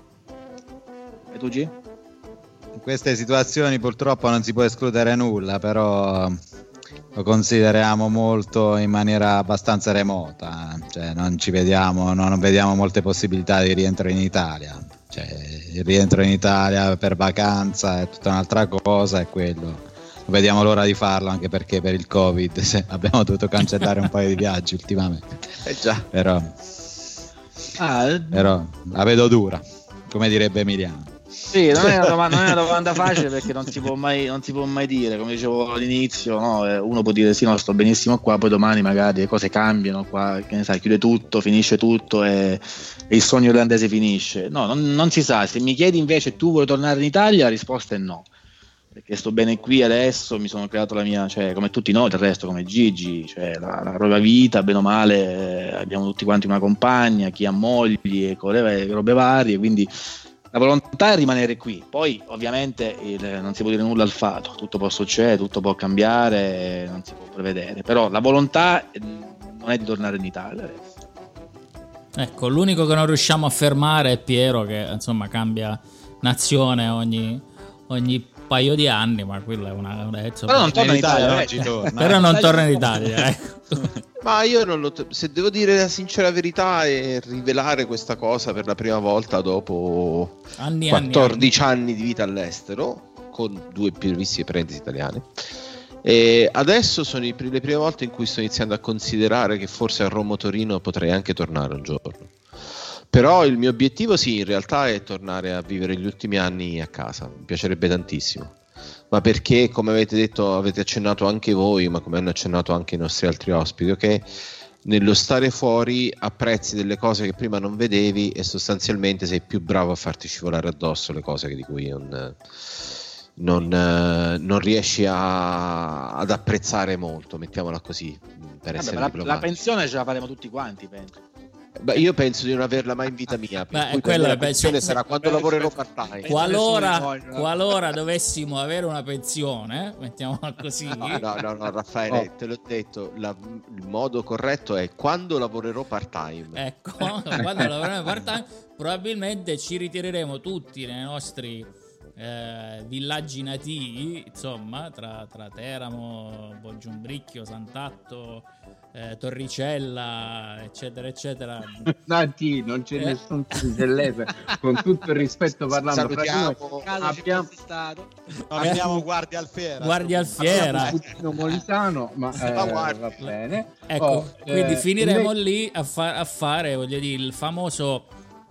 E tu G?
in queste situazioni purtroppo non si può escludere nulla, però lo consideriamo molto in maniera abbastanza remota, cioè non ci vediamo, non vediamo molte possibilità di rientro in Italia. Cioè, il rientro in Italia per vacanza è tutta un'altra cosa, è quello. Non vediamo l'ora di farlo, anche perché per il Covid se abbiamo dovuto cancellare un paio di viaggi ultimamente.
Eh già.
Però,
Ah,
però la vedo dura, come direbbe Emiliano.
Sì, non è una domanda, non è una domanda facile perché non si può mai, non si può mai dire, come dicevo all'inizio, no? Uno può dire sì, no, sto benissimo qua, poi domani magari le cose cambiano, qua, che ne sai, chiude tutto, finisce tutto e, e il sogno irlandese finisce. No, non, non si sa. Se mi chiedi invece tu vuoi tornare in Italia, la risposta è no. Perché sto bene qui adesso, mi sono creato la mia, cioè come tutti noi del resto, come Gigi, cioè la, la propria vita, bene o male, eh, abbiamo tutti quanti una compagna, chi ha mogli e robe, robe varie, quindi la volontà è rimanere qui. Poi ovviamente il, non si può dire nulla al fato, tutto può succedere, tutto può cambiare, non si può prevedere, però la volontà non è di tornare in Italia adesso.
Ecco, l'unico che non riusciamo a fermare è Piero, che insomma cambia nazione ogni, ogni paio di anni, ma quello è una, una
però non torna in Italia,
Italia torna.
però non torna in Italia, ecco.
Ma io non lo, se devo dire la sincera verità e rivelare questa cosa per la prima volta dopo
anni,
quattordici
anni,
anni di vita all'estero con due pirissime parenti italiane, e adesso sono i, le prime volte in cui sto iniziando a considerare che forse a Roma Torino potrei anche tornare un giorno. Però il mio obiettivo sì, in realtà è tornare a vivere gli ultimi anni a casa, mi piacerebbe tantissimo, ma perché, come avete detto, avete accennato anche voi, ma come hanno accennato anche i nostri altri ospiti, ok? Nello stare fuori apprezzi delle cose che prima non vedevi e sostanzialmente sei più bravo a farti scivolare addosso le cose di cui non, non, non riesci a, ad apprezzare molto, mettiamola così, per
Vabbè,
essere
la,
diplomatici.
la pensione ce la faremo tutti quanti, penso.
Beh, io penso di non averla mai in vita mia, per
Beh,
cui
quello
per me
è
la pensione
penso-
sarà quando lavorerò part time.
Qualora, qualora dovessimo avere una pensione, mettiamola così.
No, no, no, no, Raffaele,
Oh.
te l'ho detto, la- il modo corretto è quando lavorerò part time.
Ecco, quando lavoreremo part time, probabilmente ci ritireremo tutti nei nostri eh, villaggi nativi, insomma, tra, tra Teramo, Bolgiumbricchio, Sant'Atto, eh, Torricella, eccetera, eccetera.
Nati, non c'è
Eh.
nessun dell'Epe, con tutto il rispetto parlando fra di noi.
Salutiamo.
Abbiamo
Non abbiamo Guardia Alfiera.
Guardia Alfiera.
Puttino Molisano, ma eh,
Ma guardi.
va bene.
Ecco,
Oh,
quindi
eh,
finiremo
invece-
lì a, fa- a fare, voglio dire, il famoso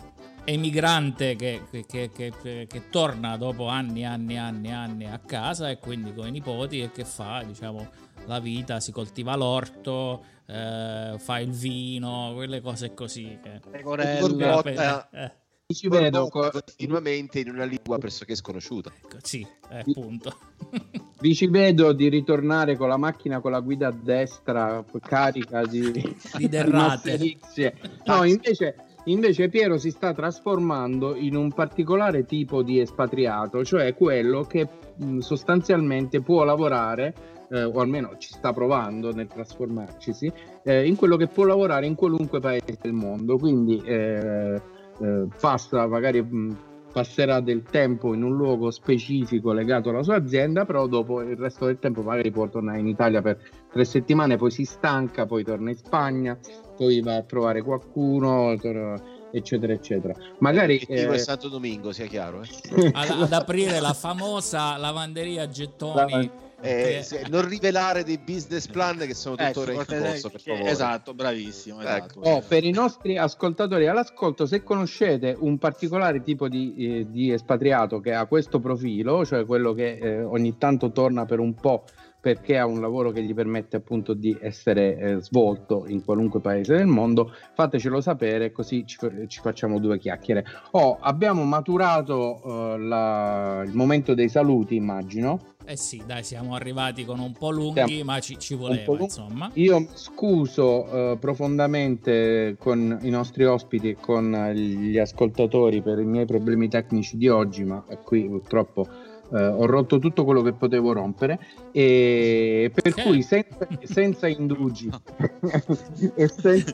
emigrante che, che, che, che- che torna dopo anni, anni, anni, anni a casa e quindi con i nipoti e che fa, diciamo, la vita, si coltiva l'orto, eh, fa il vino, quelle cose così. Che...
Pecorella.
Eh, eh,
ci vedo co-
continuamente in una lingua pressoché sconosciuta.
ecco, sì, eh, appunto.
vi ci vedo di ritornare con la macchina con la guida a destra carica di,
Di derrate.
masserizie. No, invece, invece Piero si sta trasformando in un particolare tipo di espatriato, cioè quello che mh, sostanzialmente può lavorare, eh, o almeno ci sta provando nel trasformarcisi, eh, in quello che può lavorare in qualunque paese del mondo. Quindi eh, eh, passa magari mh, passerà del tempo in un luogo specifico legato alla sua azienda, però dopo il resto del tempo magari può tornare in Italia per tre settimane, poi si stanca, poi torna in Spagna, poi va a trovare qualcuno, tor- eccetera eccetera. Magari
L'obiettivo
eh,
è Santo Domingo, sia chiaro. Eh?
ad, ad aprire la famosa lavanderia a gettoni.
Eh,
che-
se- non rivelare dei business plan che sono
Ecco,
tuttora in corso, per
che-
favore.
esatto, bravissimo.
Ecco.
Esatto.
Oh, per i nostri ascoltatori all'ascolto, se conoscete un particolare tipo di, eh, di espatriato che ha questo profilo, cioè quello che eh, ogni tanto torna per un po' perché ha un lavoro che gli permette appunto di essere eh, svolto in qualunque paese del mondo, fatecelo sapere, così ci, ci facciamo due chiacchiere. Oh, abbiamo maturato eh, la- il momento dei saluti, immagino.
Eh sì, dai, siamo arrivati con un po' lunghi,
Siamo
ma ci, ci
un po'
voleva,
lunghi.
insomma.
Io mi scuso eh, profondamente con i nostri ospiti e con eh, gli ascoltatori per i miei problemi tecnici di oggi, ma qui purtroppo eh, ho rotto tutto quello che potevo rompere, e per
Che?
cui senza, senza indugi e senza,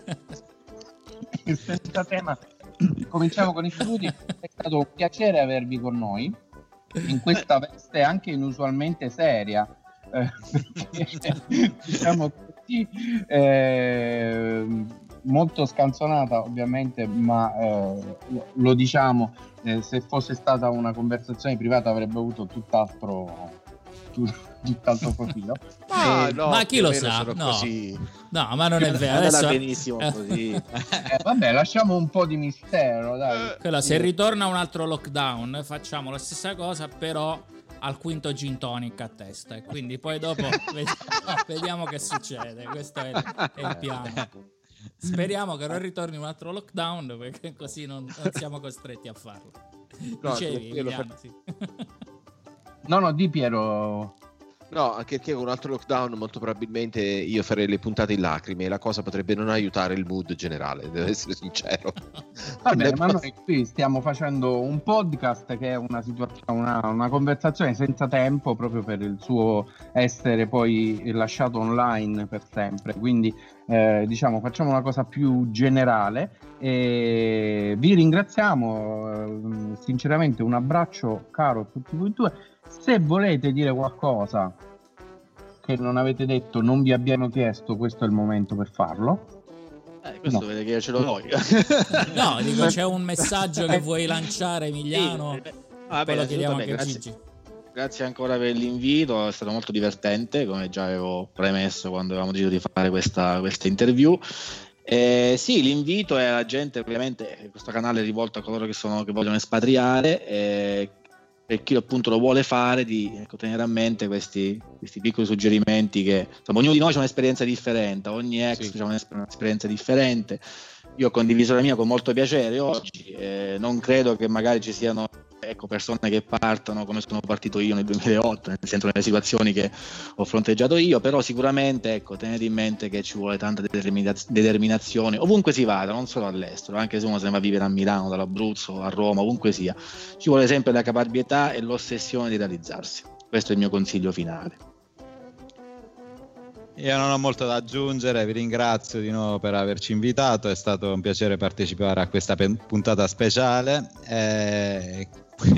e senza tema cominciamo con i saluti. È stato un piacere avervi con noi in questa veste anche inusualmente seria, eh, perché, diciamo così, eh, molto scanzonata ovviamente, ma eh, lo diciamo, eh, se fosse stata una conversazione privata avrebbe avuto tutt'altro tutt'altro profilo.
Ah,
Eh,
no,
ma chi
più o
lo
meno
sa?
sono
No.
così.
No, ma non è vero.
Andata
Adesso,
benissimo così.
eh, vabbè, lasciamo un po' di mistero, dai.
quello, se ritorna un altro lockdown, facciamo la stessa cosa, però al quinto gin tonic a testa. E quindi poi dopo vediamo, vediamo che succede. Questo è il, è il piano. Speriamo che non ritorni un altro lockdown, perché così non, non siamo costretti a farlo.
No,
Dicevi,
io lo
Emiliano,
fa-
sì.
No, no, di Piero.
No, anche perché con un altro lockdown molto probabilmente io farei le puntate in lacrime e la cosa potrebbe non aiutare il mood generale, devo essere sincero.
Va bene,
Ne
ma
posso-
noi qui stiamo facendo un podcast che è una, situazione, una, una conversazione senza tempo, proprio per il suo essere poi lasciato online per sempre. Quindi eh, diciamo facciamo una cosa più generale e vi ringraziamo, eh, sinceramente un abbraccio caro a tutti voi due. Se volete dire qualcosa che non avete detto, non vi abbiamo chiesto, questo è il momento per farlo.
Eh, questo
No.
vede che io ce l'ho noi.
No, dico, c'è un messaggio che vuoi lanciare, Emiliano?
Sì,
Poi
vabbè,
lo chiediamo
assolutamente,
anche a
grazie.
Gigi.
Grazie ancora per l'invito, è stato molto divertente, come già avevo premesso quando avevamo deciso di fare questa, questa interview. Eh, sì, l'invito è alla gente, ovviamente questo canale è rivolto a coloro che, sono, che vogliono espatriare, eh, per chi appunto lo vuole fare, di ecco, tenere a mente questi, questi piccoli suggerimenti che insomma, ognuno di noi ha un'esperienza differente, ogni ex
Sì.
ha un'esperienza differente. Io ho condiviso la mia con molto piacere oggi, eh, non credo che magari ci siano ecco, persone che partano come sono partito io nel duemilaotto, nel senso nelle situazioni che ho fronteggiato io, però sicuramente ecco, tenete in mente che ci vuole tanta determina- determinazione ovunque si vada, non solo all'estero, anche se uno se ne va a vivere a Milano, dall'Abruzzo, a Roma, ovunque sia, ci vuole sempre la caparbietà e l'ossessione di realizzarsi. Questo è il mio consiglio finale.
Io non ho molto da aggiungere, vi ringrazio di nuovo per averci invitato, è stato un piacere partecipare a questa pen- puntata speciale. Eh,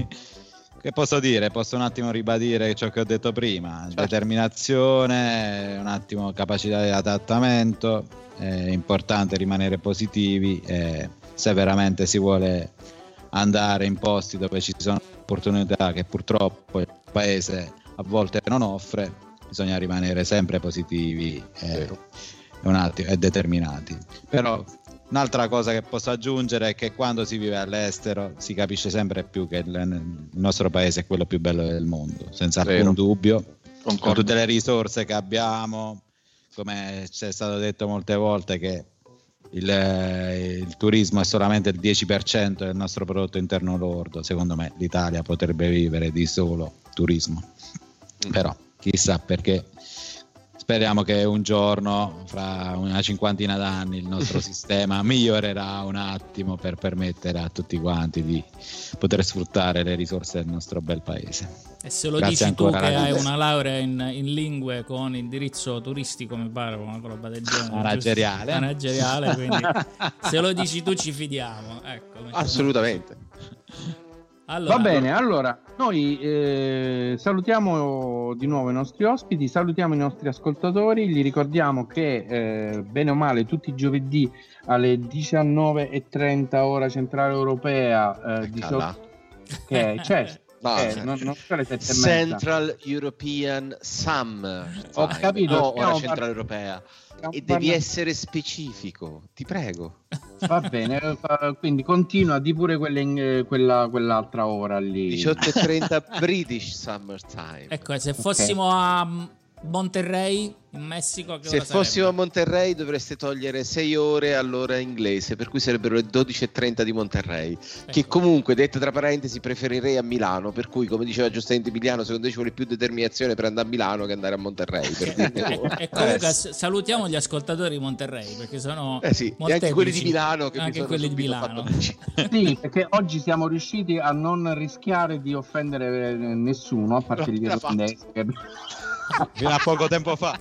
che posso dire? Posso un attimo ribadire ciò che ho detto prima,
Certo.
determinazione, un attimo capacità di adattamento, è importante rimanere positivi e se veramente si vuole andare in posti dove ci sono opportunità che purtroppo il paese a volte non offre, bisogna rimanere sempre positivi e, un attimo, e determinati. Però un'altra cosa che posso aggiungere è che quando si vive all'estero si capisce sempre più che il, il nostro paese è quello più bello del mondo, senza
Vero.
alcun dubbio,
Concordo.
con tutte le risorse che abbiamo, come c'è stato detto molte volte che il, il turismo è solamente il dieci per cento del nostro prodotto interno lordo. Secondo me l'Italia potrebbe vivere di solo turismo, però chissà, perché speriamo che un giorno, fra una cinquantina d'anni, il nostro sistema migliorerà un attimo per permettere a tutti quanti di poter sfruttare le risorse del nostro bel paese.
E se lo
Grazie
dici tu
ancora,
che hai
ragazzi.
una laurea in, in lingue con indirizzo turistico, mi pare, una roba del genere.
Manageriale.
giusto? Manageriale, quindi se lo dici tu ci fidiamo. Ecco,
Assolutamente.
Allora,
Va bene, allora noi eh, salutiamo di nuovo i nostri ospiti, salutiamo i nostri ascoltatori, gli ricordiamo che eh, bene o male tutti i giovedì alle diciannove e trenta ora centrale europea, eh, diciotto, che c'è,
No,
eh, non, non c'è le sette e mezza.
Central European Summer
Ho
Time.
capito,
no,
stiamo
ora
par-
centrale europea.
stiamo
E devi
parlando-
essere specifico, ti prego.
Va bene, eh, fa- quindi continua, di pure quelle in- eh, quella, quell'altra ora lì.
diciotto e trenta British Summer Time.
ecco, se fossimo a Monterrey, in Messico, che
Se
ora
fossimo a
sarebbe?
Monterrey dovreste togliere sei ore all'ora inglese, per cui sarebbero le dodici e trenta di Monterrey, che
Ecco.
comunque, detta tra parentesi, preferirei a Milano, per cui come diceva giustamente Emiliano, secondo me ci vuole più determinazione per andare a Milano che andare a Monterrey, per dirne
E,
una.
e comunque s- salutiamo gli ascoltatori di Monterrey, perché sono
Eh sì, e
molteplici.
anche quelli di Milano che mi
Anche
sono
quelli di
subito
Milano.
fatto amici.
Sì, perché oggi siamo riusciti a non rischiare di offendere eh, nessuno, a parte gli
L'ha fatto.
irlandesi. che-
Fino a poco tempo fa.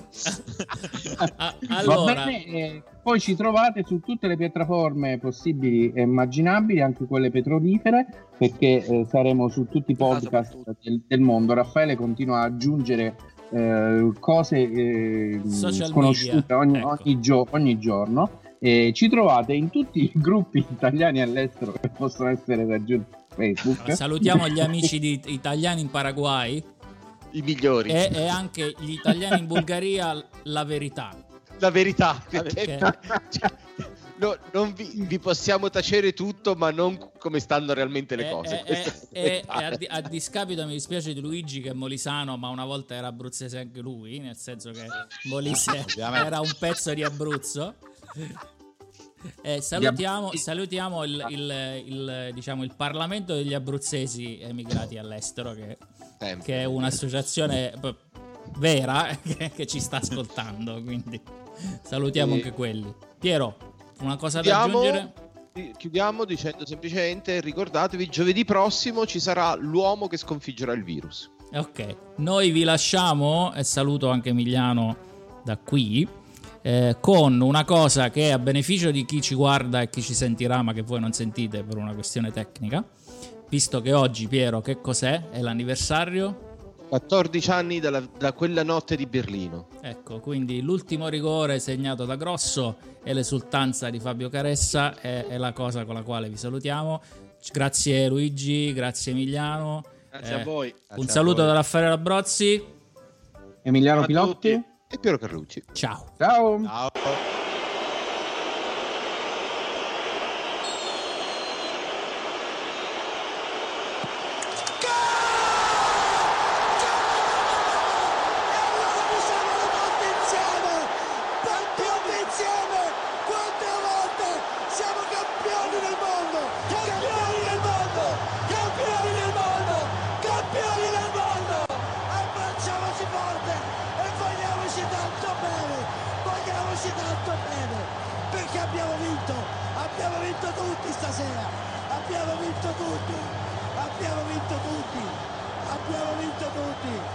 Ah,
Va
allora,
bene, eh, poi ci trovate su tutte le piattaforme possibili e immaginabili, anche quelle petrolifere, perché eh, saremo su tutti i podcast del, del mondo. Raffaele continua a aggiungere eh, cose eh,
Social
sconosciute
media,
ogni,
ecco.
ogni gio- ogni giorno. E ci trovate in tutti i gruppi italiani all'estero che possono essere raggiunti su Facebook.
salutiamo gli amici di, italiani in Paraguay.
I migliori.
E, e anche gli italiani in Bulgaria la verità.
La verità.
Perché...
cioè, no, non vi, vi possiamo tacere tutto, ma non come stanno realmente le
e,
cose.
E, e, e a, di, a discapito mi dispiace di Luigi che è molisano, ma una volta era abruzzese anche lui, nel senso che Molise era un pezzo di Abruzzo. Eh, salutiamo salutiamo il, il, il, diciamo, il Parlamento degli abruzzesi emigrati all'estero, che, che è un'associazione vera che, che ci sta ascoltando, quindi salutiamo e... anche quelli. Piero, una cosa
chiudiamo,
da aggiungere?
Chiudiamo dicendo semplicemente: ricordatevi, giovedì prossimo ci sarà l'uomo che sconfiggerà il virus.
Ok, noi vi lasciamo, e saluto anche Emiliano da qui, eh, con una cosa che è a beneficio di chi ci guarda e chi ci sentirà, ma che voi non sentite per una questione tecnica, visto che oggi, Piero, che cos'è? È l'anniversario?
quattordici anni dalla, da quella notte di Berlino.
Ecco, quindi l'ultimo rigore segnato da Grosso e l'esultanza di Fabio Caressa è, è la cosa con la quale vi salutiamo. Grazie Luigi, grazie Emiliano.
Grazie
eh,
a voi.
Un
Grazie
saluto
da
Raffaele Brozzi,
Emiliano
Ciao
Pilotti
e Piero Carlucci.
ciao.
Ciao.
Ciao.
Abbiamo vinto tutti stasera, abbiamo vinto tutti, abbiamo vinto tutti, abbiamo vinto tutti.